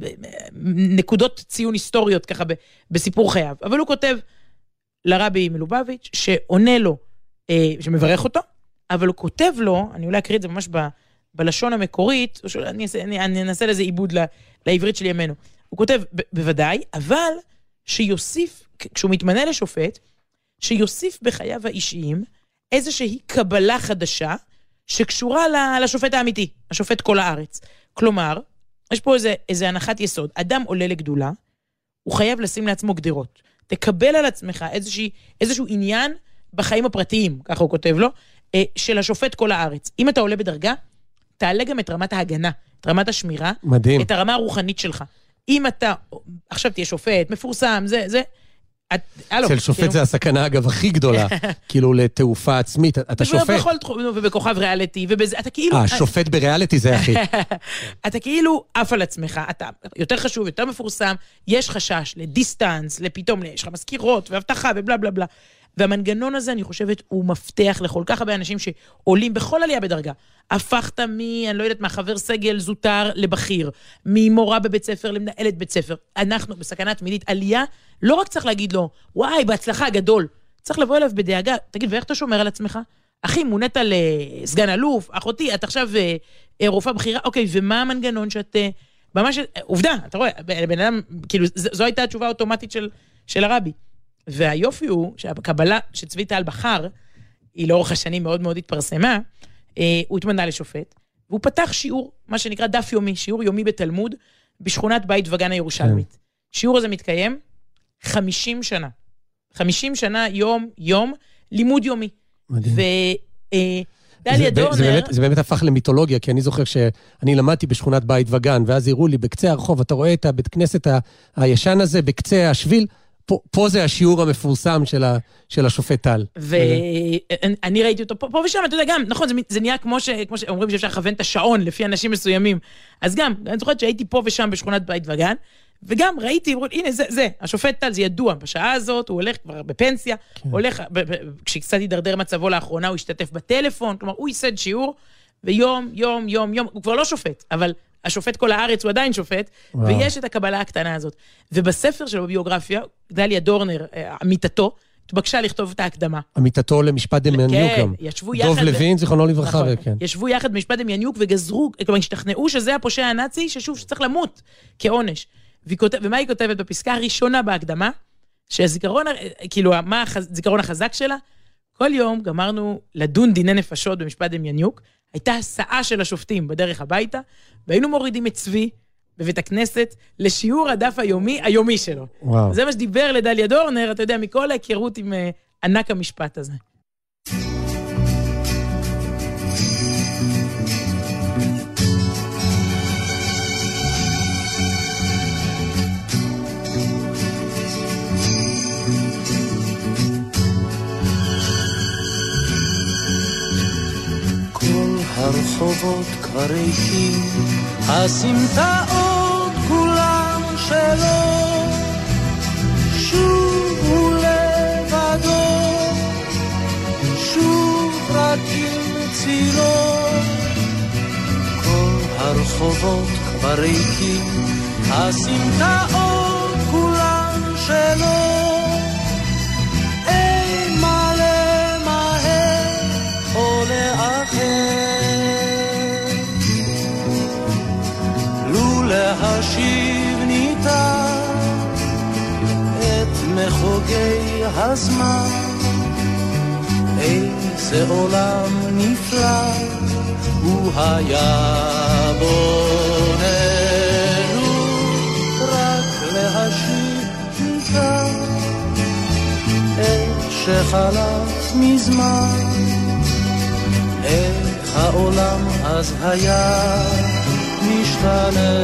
נקודות ציון היסטוריות ככה ב, בסיפור חייו. אבל הוא כותב לרבי מלובביץ' שעונה לו, אה, שמברך אותו, אבל הוא כותב לו, אני אולי אקריא את זה ממש ב, בלשון המקורית, או אני, אני, אני אנסה לזה עיבוד ל, לעברית של ימינו. הוא כותב, בוודאי, אבל שיוסיף, כשהוא מתמנה לשופט, שיוסיף בחייו האישיים איזושהי קבלה חדשה, שקשורה לשופט האמיתי, השופט כל הארץ. כלומר, יש פה איזה, איזה הנחת יסוד, אדם עולה לגדולה, הוא חייב לשים לעצמו גדרות. תקבל על עצמך איזושהי, איזשהו עניין בחיים הפרטיים, ככה הוא כותב לו, של השופט כל הארץ. אם אתה עולה בדרגה, תעלה גם את רמת ההגנה, את רמת השמירה, מדהים. את הרמה הרוחנית שלך. אם אתה, עכשיו תהיה שופט, מפורסם, זה, זה, אצל שופט זה הסכנה, אגב, הכי גדולה, כאילו לתעופה עצמית, אתה שופט. ובכל תחום, ובכוכב ריאליטי, ובזה, אתה כאילו... אה, שופט בריאליטי זה הכי. אתה כאילו עף על עצמך, אתה יותר חשוב, יותר מפורסם, יש חשש לדיסטנס, לפתאום, יש לך מזכירות, והבטחה, ובלה בלה בלה. והמנגנון הזה, אני חושבת, הוא מפתח לכל כך הרבה אנשים שעולים בכל עלייה בדרגה. הפכת מ, אני לא יודעת מה, חבר סגל זוטר לבכיר, ממורה בבית ספר למנהלת בית ספר. אנחנו בסכנה תמידית, עלייה, לא רק צריך להגיד לו, וואי, בהצלחה גדול. צריך לבוא אליו בדאגה, תגיד, ואיך אתה שומר על עצמך? אחי, מונית לסגן אלוף, אחותי, את עכשיו רופאה בכירה, אוקיי, ומה המנגנון שאת, ממש, עובדה, אתה רואה, בן אדם, כאילו, זו הייתה התשובה האוטומטית של, של הרבי. והיופי הוא שהקבלה שצבי טל בחר, היא לאורך השנים מאוד מאוד התפרסמה, הוא התמנה לשופט, והוא פתח שיעור, מה שנקרא דף יומי, שיעור יומי בתלמוד, בשכונת בית וגן הירושלמית. שיעור הזה מתקיים חמישים שנה. חמישים שנה, יום, יום, לימוד יומי. מדהים. ודליה דורנר... זה באמת הפך למיתולוגיה, כי אני זוכר שאני למדתי בשכונת בית וגן, ואז הראו לי בקצה הרחוב, אתה רואה את הבית כנסת הישן הזה, בקצה השביל, פה, פה זה השיעור המפורסם של, ה, של השופט טל. ואני ראיתי אותו פה, פה ושם, אתה יודע גם, נכון, זה, זה נהיה כמו, ש, כמו שאומרים שאפשר לכוון את השעון לפי אנשים מסוימים. אז גם, אני זוכרת שהייתי פה ושם בשכונת בית וגן, וגם ראיתי, הנה זה, זה, השופט טל זה ידוע, בשעה הזאת הוא הולך כבר בפנסיה, כן. הולך, ב, ב, כשקצת ידרדר מצבו לאחרונה, הוא השתתף בטלפון, כלומר, הוא ייסד שיעור, ויום, יום, יום, יום, הוא כבר לא שופט, אבל השופט כל הארץ הוא עדיין שופט, וואו. ויש את הקבלה הקטנה הזאת. ובספר שלו בביוגרפיה, דליה דורנר, עמיתתו, התבקשה לכתוב את ההקדמה. עמיתתו למשפט דמיאניוק גם. כן, ישבו יחד... דוב לוין, זיכרונו לברכה, וכן. ישבו יחד במשפט דמיאניוק וגזרו, כלומר, השתכנעו שזה הפושע הנאצי, ששוב, שצריך למות כעונש. ומה היא כותבת בפסקה הראשונה בהקדמה? שהזיכרון, כאילו, מה הזיכרון החזק שלה? כל יום גמרנו לדון דיני נפשות במשפט דמיאניוק, הייתה הסעה של השופטים בדרך הביתה, והיינו מורידים את צבי בבית הכנסת לשיעור הדף היומי, היומי שלו. וואו. זה מה שדיבר לדליה דורנר, אתה יודע, מכל ההיכרות עם uh, ענק המשפט הזה. הרחובות כבר ריקים, הסמטאות כולם שלו, שוב הוא לבדו, שוב רק עם צילו. כל הרחובות כבר ריקים, הסמטאות כולם שלו, אין מה למהר או לאחר, להשיב ניתן את מחוגי הזמן. איזה עולם נפלא הוא היה בוננו, רק להשיב ניתן את שחלף מזמן. איך העולם אז היה משתנה.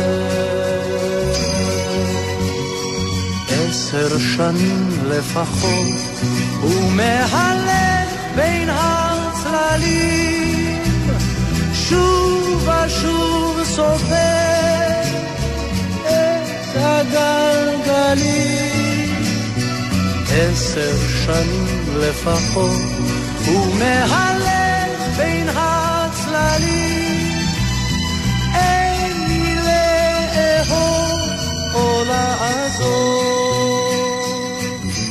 עשר שנים לפחות הוא מהלך בין הצללים, שוב ושוב סופר את הגלגלים. עשר שנים לפחות הוא מהלך בין הצללים, או לעזור,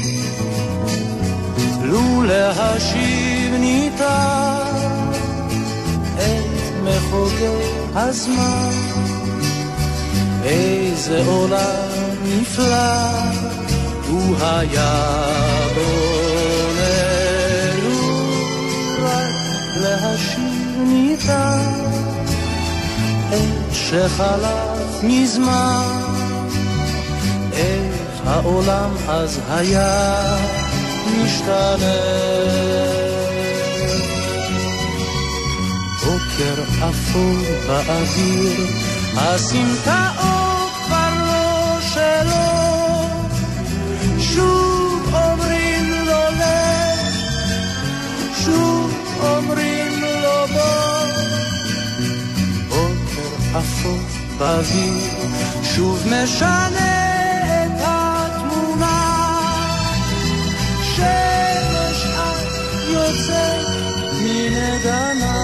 לו להשיב ניתן את מחוגי הזמן. איזה עולם נפלא הוא היה בוננו, רק להשיב ניתן את שחלף מזמן. איך העולם אז היה משתנה. בוקר אפור באוויר, הסמטאות כבר לא שלו, שוב אפור באוויר שוב משנה את התמונה שמש את יוצאת מנגנה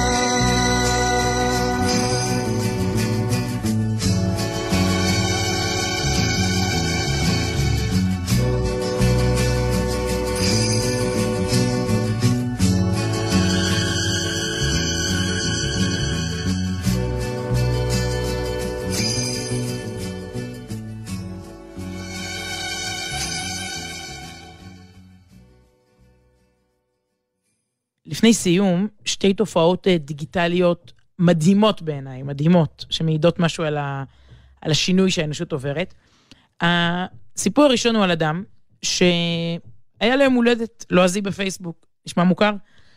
לפני סיום, שתי תופעות דיגיטליות מדהימות בעיניי, מדהימות, שמעידות משהו על, ה, על השינוי שהאנושות עוברת. הסיפור הראשון הוא על אדם שהיה לו יום הולדת לועזי בפייסבוק. נשמע מוכר?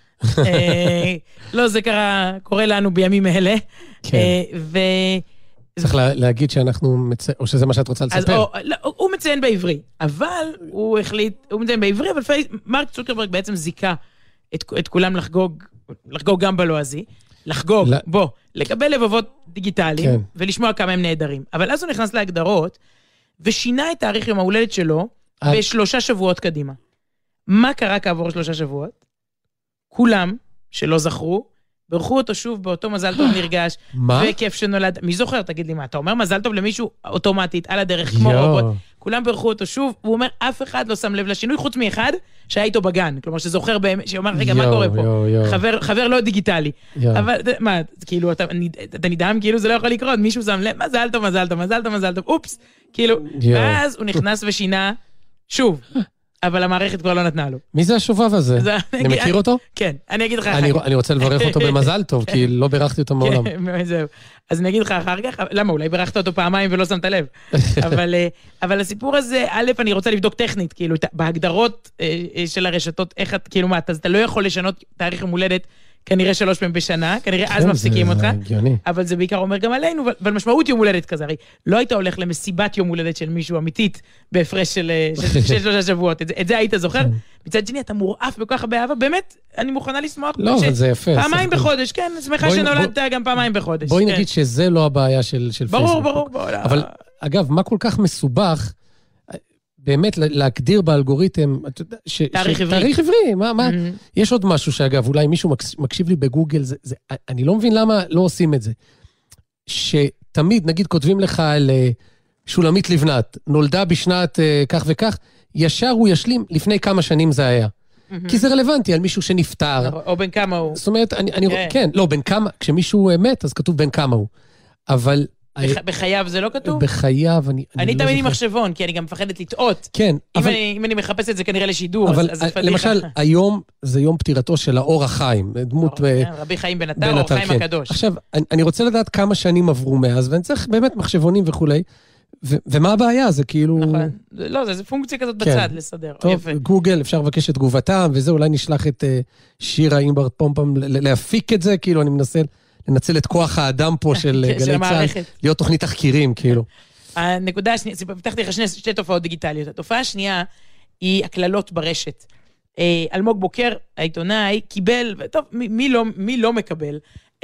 לא, זה קרה, קורה לנו בימים האלה. כן. ו... צריך להגיד שאנחנו מציין, או שזה מה שאת רוצה לספר. או, לא, הוא מציין בעברי, אבל הוא החליט, הוא מציין בעברי, אבל פייס, מרק צוקרברג בעצם זיקה את, את כולם לחגוג, לחגוג גם בלועזי, לחגוג, لا. בוא, לקבל לבבות דיגיטליים, כן. ולשמוע כמה הם נהדרים. אבל אז הוא נכנס להגדרות, ושינה את תאריך יום ההולדת שלו, את... בשלושה שבועות קדימה. מה קרה כעבור שלושה שבועות? כולם, שלא זכרו, ברכו אותו שוב באותו מזל טוב נרגש, וכיף שנולד. מי זוכר? תגיד לי מה, אתה אומר מזל טוב למישהו אוטומטית, על הדרך, כמו רובוט. כולם ברכו אותו שוב, והוא אומר, אף אחד לא שם לב לשינוי, חוץ מאחד שהיה איתו בגן. כלומר, שזוכר באמת, שאומר, רגע, מה קורה פה? חבר, חבר לא דיגיטלי. אבל, מה, כאילו, אתה, אתה נדהם, כאילו, זה לא יכול לקרות, מישהו שם לב, מזל טוב, מזל טוב, מזל טוב, מזל טוב, אופס. כאילו, ואז הוא נכנס ושינה, שוב. אבל המערכת כבר לא נתנה לו. מי זה השובב הזה? אני מכיר אותו? כן, אני אגיד לך... אני רוצה לברך אותו במזל טוב, כי לא בירכתי אותו מעולם. זהו. אז אני אגיד לך אחר כך, למה? אולי בירכת אותו פעמיים ולא שמת לב. אבל הסיפור הזה, א', אני רוצה לבדוק טכנית, כאילו, בהגדרות של הרשתות, איך את, כאילו, מה, אתה לא יכול לשנות תאריך יום הולדת, כנראה שלוש פעמים בשנה, כנראה אז מפסיקים אותך, אבל זה בעיקר אומר גם עלינו, אבל משמעות יום הולדת כזה, הרי לא היית הולך למסיבת יום הולדת של מישהו אמיתית, בהפרש של שלושה שבועות, את זה היית זוכר? מצד שני, אתה מורעף בכל כך באהבה, באמת, אני מוכנה לשמוח. לא, אבל זה יפה. פעמיים בחודש, כן, שמחה שנולדת גם פעמיים בחודש. בואי נגיד שזה לא הבעיה של פייסבוק. ברור, ברור. אבל, אגב, מה כל כך מסובך, באמת להגדיר באלגוריתם, תאריך עברי. תאריך עברי, מה, מה? יש עוד משהו שאגב, אולי מישהו מקשיב לי בגוגל, זה, זה, אני לא מבין למה לא עושים את זה. שתמיד, נגיד, כותבים לך על שולמית לבנת, נולדה בשנת כך וכך, ישר הוא ישלים לפני כמה שנים זה היה. כי זה רלוונטי על מישהו שנפטר. או בין כמה הוא. זאת אומרת, אני, אני, כן, לא, בין כמה, כשמישהו מת, אז כתוב בין כמה הוא. אבל... בחייו זה לא כתוב? בחייו, אני... אני תמיד עם מחשבון, כי אני גם מפחדת לטעות. כן, אבל... אם אני מחפש את זה כנראה לשידור, אז זה פדיחה. למשל, היום זה יום פטירתו של האור החיים. דמות... רבי חיים בן עטר, אור חיים הקדוש. עכשיו, אני רוצה לדעת כמה שנים עברו מאז, ואני צריך באמת מחשבונים וכולי, ומה הבעיה? זה כאילו... נכון. לא, זה פונקציה כזאת בצד לסדר. טוב, גוגל, אפשר לבקש את תגובתם, וזה אולי נשלח את שירה אימברט פומפם להפיק את זה, כאילו אני מנסה... לנצל את כוח האדם פה של גלי צה"ל, להיות תוכנית תחקירים, כאילו. הנקודה השנייה, פתחתי לך שתי תופעות דיגיטליות. התופעה השנייה היא הכללות ברשת. אלמוג בוקר, העיתונאי, קיבל, טוב, מי לא, מי לא מקבל,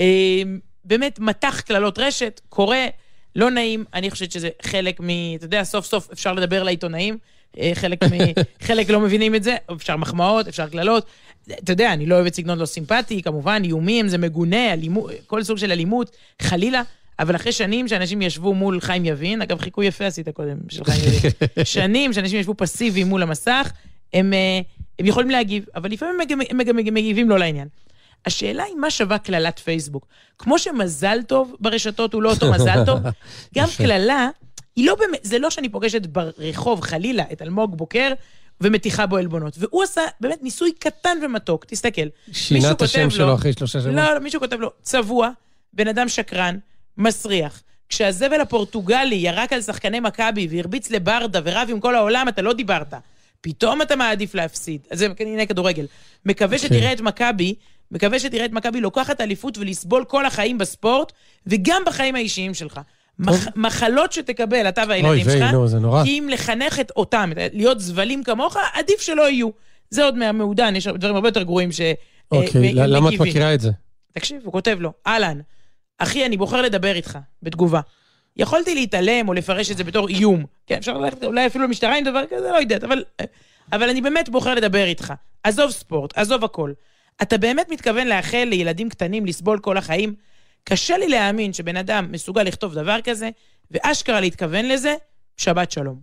באמת מתח כללות רשת, קורא, לא נעים, אני חושבת שזה חלק מ... אתה יודע, סוף סוף אפשר לדבר לעיתונאים, חלק, מ, חלק לא מבינים את זה, אפשר מחמאות, אפשר כללות, אתה יודע, אני לא אוהבת סגנון לא סימפטי, כמובן, איומים, זה מגונה, אלימות, כל סוג של אלימות, חלילה, אבל אחרי שנים שאנשים ישבו מול חיים יבין, אגב, חיקוי יפה עשית קודם של חיים יבין, שנים שאנשים ישבו פסיביים מול המסך, הם, הם יכולים להגיב, אבל לפעמים הם גם מגיבים לא לעניין. השאלה היא מה שווה כללת פייסבוק. כמו שמזל טוב ברשתות הוא לא אותו מזל טוב, גם כללה, היא לא באמת, זה לא שאני פוגשת ברחוב חלילה את אלמוג בוקר, ומתיחה בו אלבונות. והוא עשה באמת ניסוי קטן ומתוק, תסתכל. שינה את השם שלו אחרי שלושה שבועות. לא, מישהו כותב לו, צבוע, בן אדם שקרן, מסריח. כשהזבל הפורטוגלי ירק על שחקני מכבי, והרביץ לברדה ורב עם כל העולם, אתה לא דיברת. פתאום אתה מעדיף להפסיד. אז זה הנה כדורגל. מקווה שתראה את מכבי, מקווה שתראה את מכבי לוקחת אליפות ולסבול כל החיים בספורט, וגם בחיים האישיים שלך. מח, מחלות שתקבל, אתה והילדים שלך, כי אם לחנך את אותם, להיות זבלים כמוך, עדיף שלא יהיו. זה עוד מהמעודן, יש דברים הרבה יותר גרועים ש... אוקיי, למה את מכירה את זה? תקשיב, הוא כותב לו, אלן, אחי, אני בוחר לדבר איתך, בתגובה. יכולתי להתעלם או לפרש את זה בתור איום. כן, אפשר ללכת, אולי אפילו למשטרה עם דבר כזה, לא יודעת, אבל, אבל אני באמת בוחר לדבר איתך. עזוב ספורט, עזוב הכל. אתה באמת מתכוון לאחל לילדים קטנים לסבול כל החיים? קשה לי להאמין שבן אדם מסוגל לכתוב דבר כזה, ואשכרה להתכוון לזה, שבת שלום.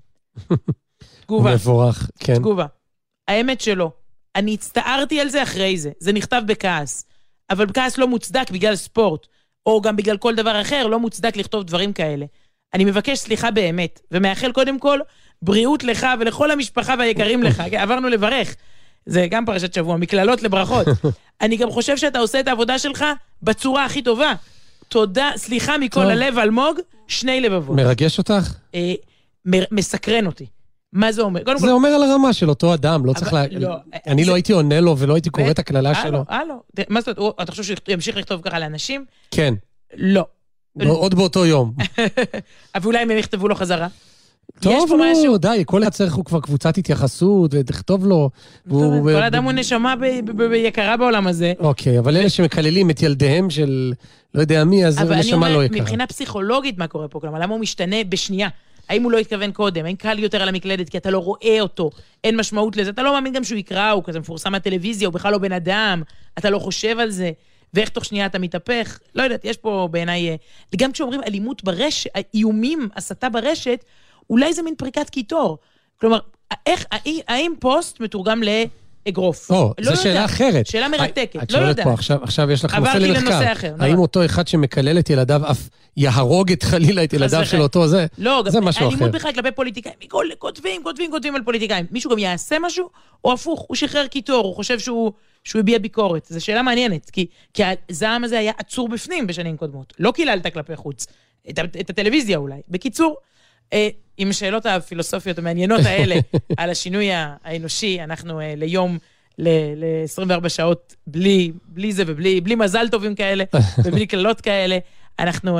תגובה. מבורך, כן. תגובה. האמת שלא. אני הצטערתי על זה אחרי זה. זה נכתב בכעס. אבל בכעס לא מוצדק בגלל ספורט, או גם בגלל כל דבר אחר, לא מוצדק לכתוב דברים כאלה. אני מבקש סליחה באמת, ומאחל קודם כל בריאות לך ולכל המשפחה והיקרים לך. עברנו לברך. זה גם פרשת שבוע, מכללות לברכות. אני גם חושב שאתה עושה את העבודה שלך בצורה הכי טובה. תודה, סליחה מכל הלב, אלמוג, שני לבבות. מרגש אותך? אה, מסקרן אותי. מה זה אומר? זה אומר על הרמה של אותו אדם, לא צריך לה... אני לא הייתי עונה לו ולא הייתי קורא את הכללה שלו. אה, לא. מה זאת אומרת, אתה חושב שימשיך לכתוב ככה לאנשים? כן. לא. עוד באותו יום. אבל אולי הם יכתבו לו חזרה. טוב, לא, די, כל הצריך הוא כבר קבוצת התייחסות, ותכתוב לו. כל אדם הוא נשמה ביקרה בעולם הזה. אוקיי, אבל אלה שמקללים את ילדיהם של לא יודע מי, אז נשמה לא יקרה. מבחינה פסיכולוגית מה קורה פה, כלומר, למה הוא משתנה בשנייה? האם הוא לא התכוון קודם? האם קל יותר על המקלדת, כי אתה לא רואה אותו, אין משמעות לזה, אתה לא מאמין גם שהוא יקרא, הוא כזה מפורסם מהטלוויזיה, הוא בכלל לא בן אדם, אתה לא חושב על זה, ואיך תוך שנייה אתה מתהפך, לא יודעת, יש פה בעיניי, גם כשאומרים אלימות ברשת, איומים, הסתה ברשת, אולי זה מין פריקת קיטור. כלומר, איך, האם פוסט מתורגם לאגרוף? או, זו שאלה אחרת. שאלה מרתקת, את לא שואלת יודעת. פה, עכשיו יש לך נושא למחקר. עברתי לנושא אחר. האם אותו אחד שמקלל את ילדיו אף יהרוג את חלילה את ילדיו של אותו זה? לא, זה משהו אחר. אלימות בכלל כלפי פוליטיקאים, כותבים, כותבים, כותבים על פוליטיקאים. מישהו גם יעשה משהו, או הפוך, הוא שחרר קיטור, הוא חושב שהוא הביע ביקורת. זו שאלה מעניינת, כי הזעם הזה היה עצור בפנים בשנים קודמות. לא קיללת כלפי חוץ. את הטלוויזיה אולי. בקיצור, עם השאלות הפילוסופיות המעניינות האלה על השינוי האנושי, אנחנו ליום, ל-עשרים וארבע שעות בלי, בלי זה ובלי, בלי מזל טובים כאלה, ובלי כללות כאלה, אנחנו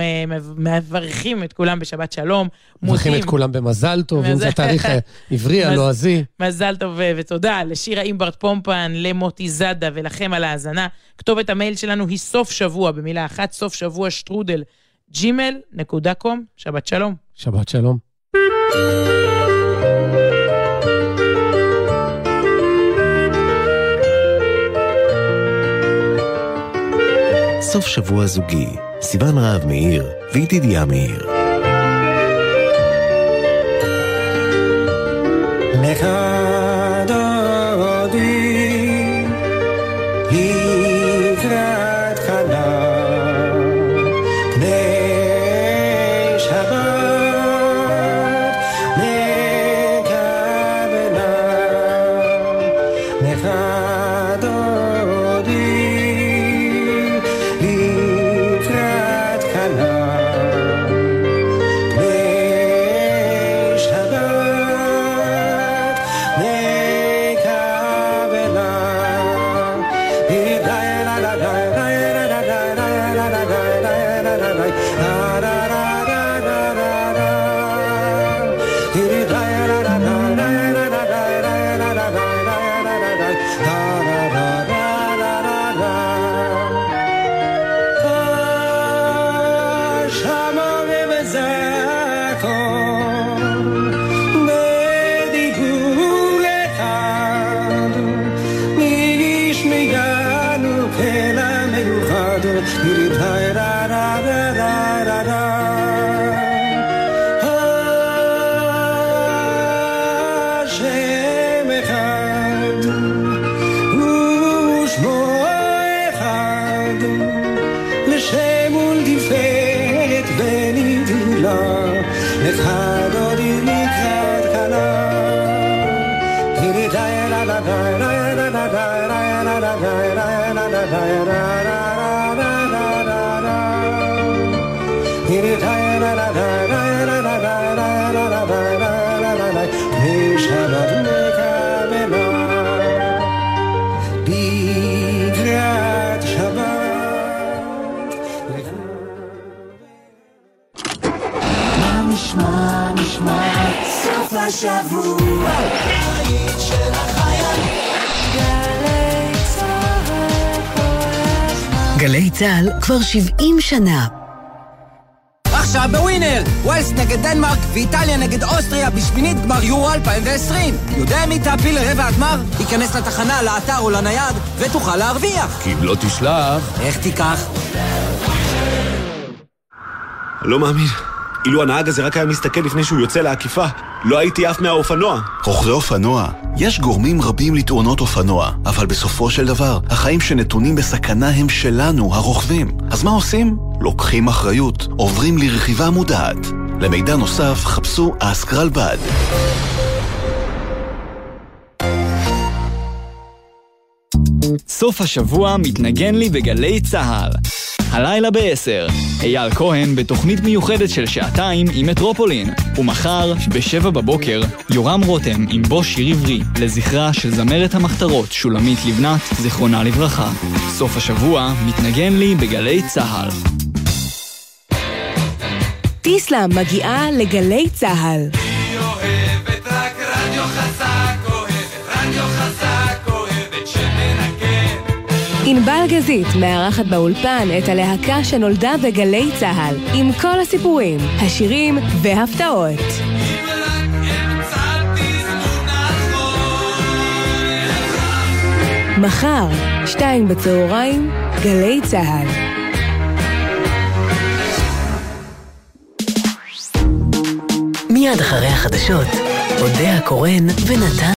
מברכים את כולם בשבת שלום. מברכים את כולם במזל טוב, אם זה תאריך עברי, הלועזי. מזל טוב ותודה לשירה אימברט פומפן, למוטי זדה ולכם על ההאזנה. כתובת המייל שלנו היא סוף שבוע, במילה אחת, סוף שבוע שטרודל, ג'ימייל נקודה קום. שבת שלום. שבת שלום. סוף שבוע זוגי, סיוון רהב מאיר וידידיה מאיר. לך דודי לקראת חנה פני שבת נקבלה. לך גלי צהל כבר שבעים שנה עכשיו בווינר. ווילס נגד דנמרק ואיטליה נגד אוסטריה בשמינית גמר יורו אלפיים ועשרים. יודע מי תעפיל לרבע הגמר? ייכנס לתחנה, לאתר או לנייד ותוכל להרוויח. כי אם לא תשלח... איך תיקח? לא מאמין. אילו הנהג הזה רק היה מסתכל לפני שהוא יוצא לעקיפה, לא הייתי אף מהאופנוע. רוכבי אופנוע. יש גורמים רבים לתאונות אופנוע, אבל בסופו של דבר, החיים שנתונים בסכנה הם שלנו, הרוכבים. אז מה עושים? לוקחים אחריות, עוברים לרכיבה מודעת. למידע נוסף, חפשו אסק רלב"ד. סוף השבוע מתנגן לי בגלי צהל. הלילה בעשר, אייל כהן בתוכנית מיוחדת של שעתיים עם מטרופולין. ומחר, בשבע בבוקר, יורם רותם עם בו שיר עברי, לזכרה של זמרת המחתרות שולמית לבנת, זיכרונה לברכה. סוף השבוע מתנגן לי בגלי צהל. טיסלה מגיעה לגלי צהל. היא אוהבת רק רדיו חזק, אוהבת רדיו חזק, אוהבת שמנגן. ענבל גזית מארחת באולפן את הלהקה שנולדה בגלי צהל, עם כל הסיפורים, השירים והפתעות. אם רק אמצעתי זמון נכון. מחר, שתיים בצהריים, גלי צהל. מיד אחרי החדשות, אודיה קורן ונתן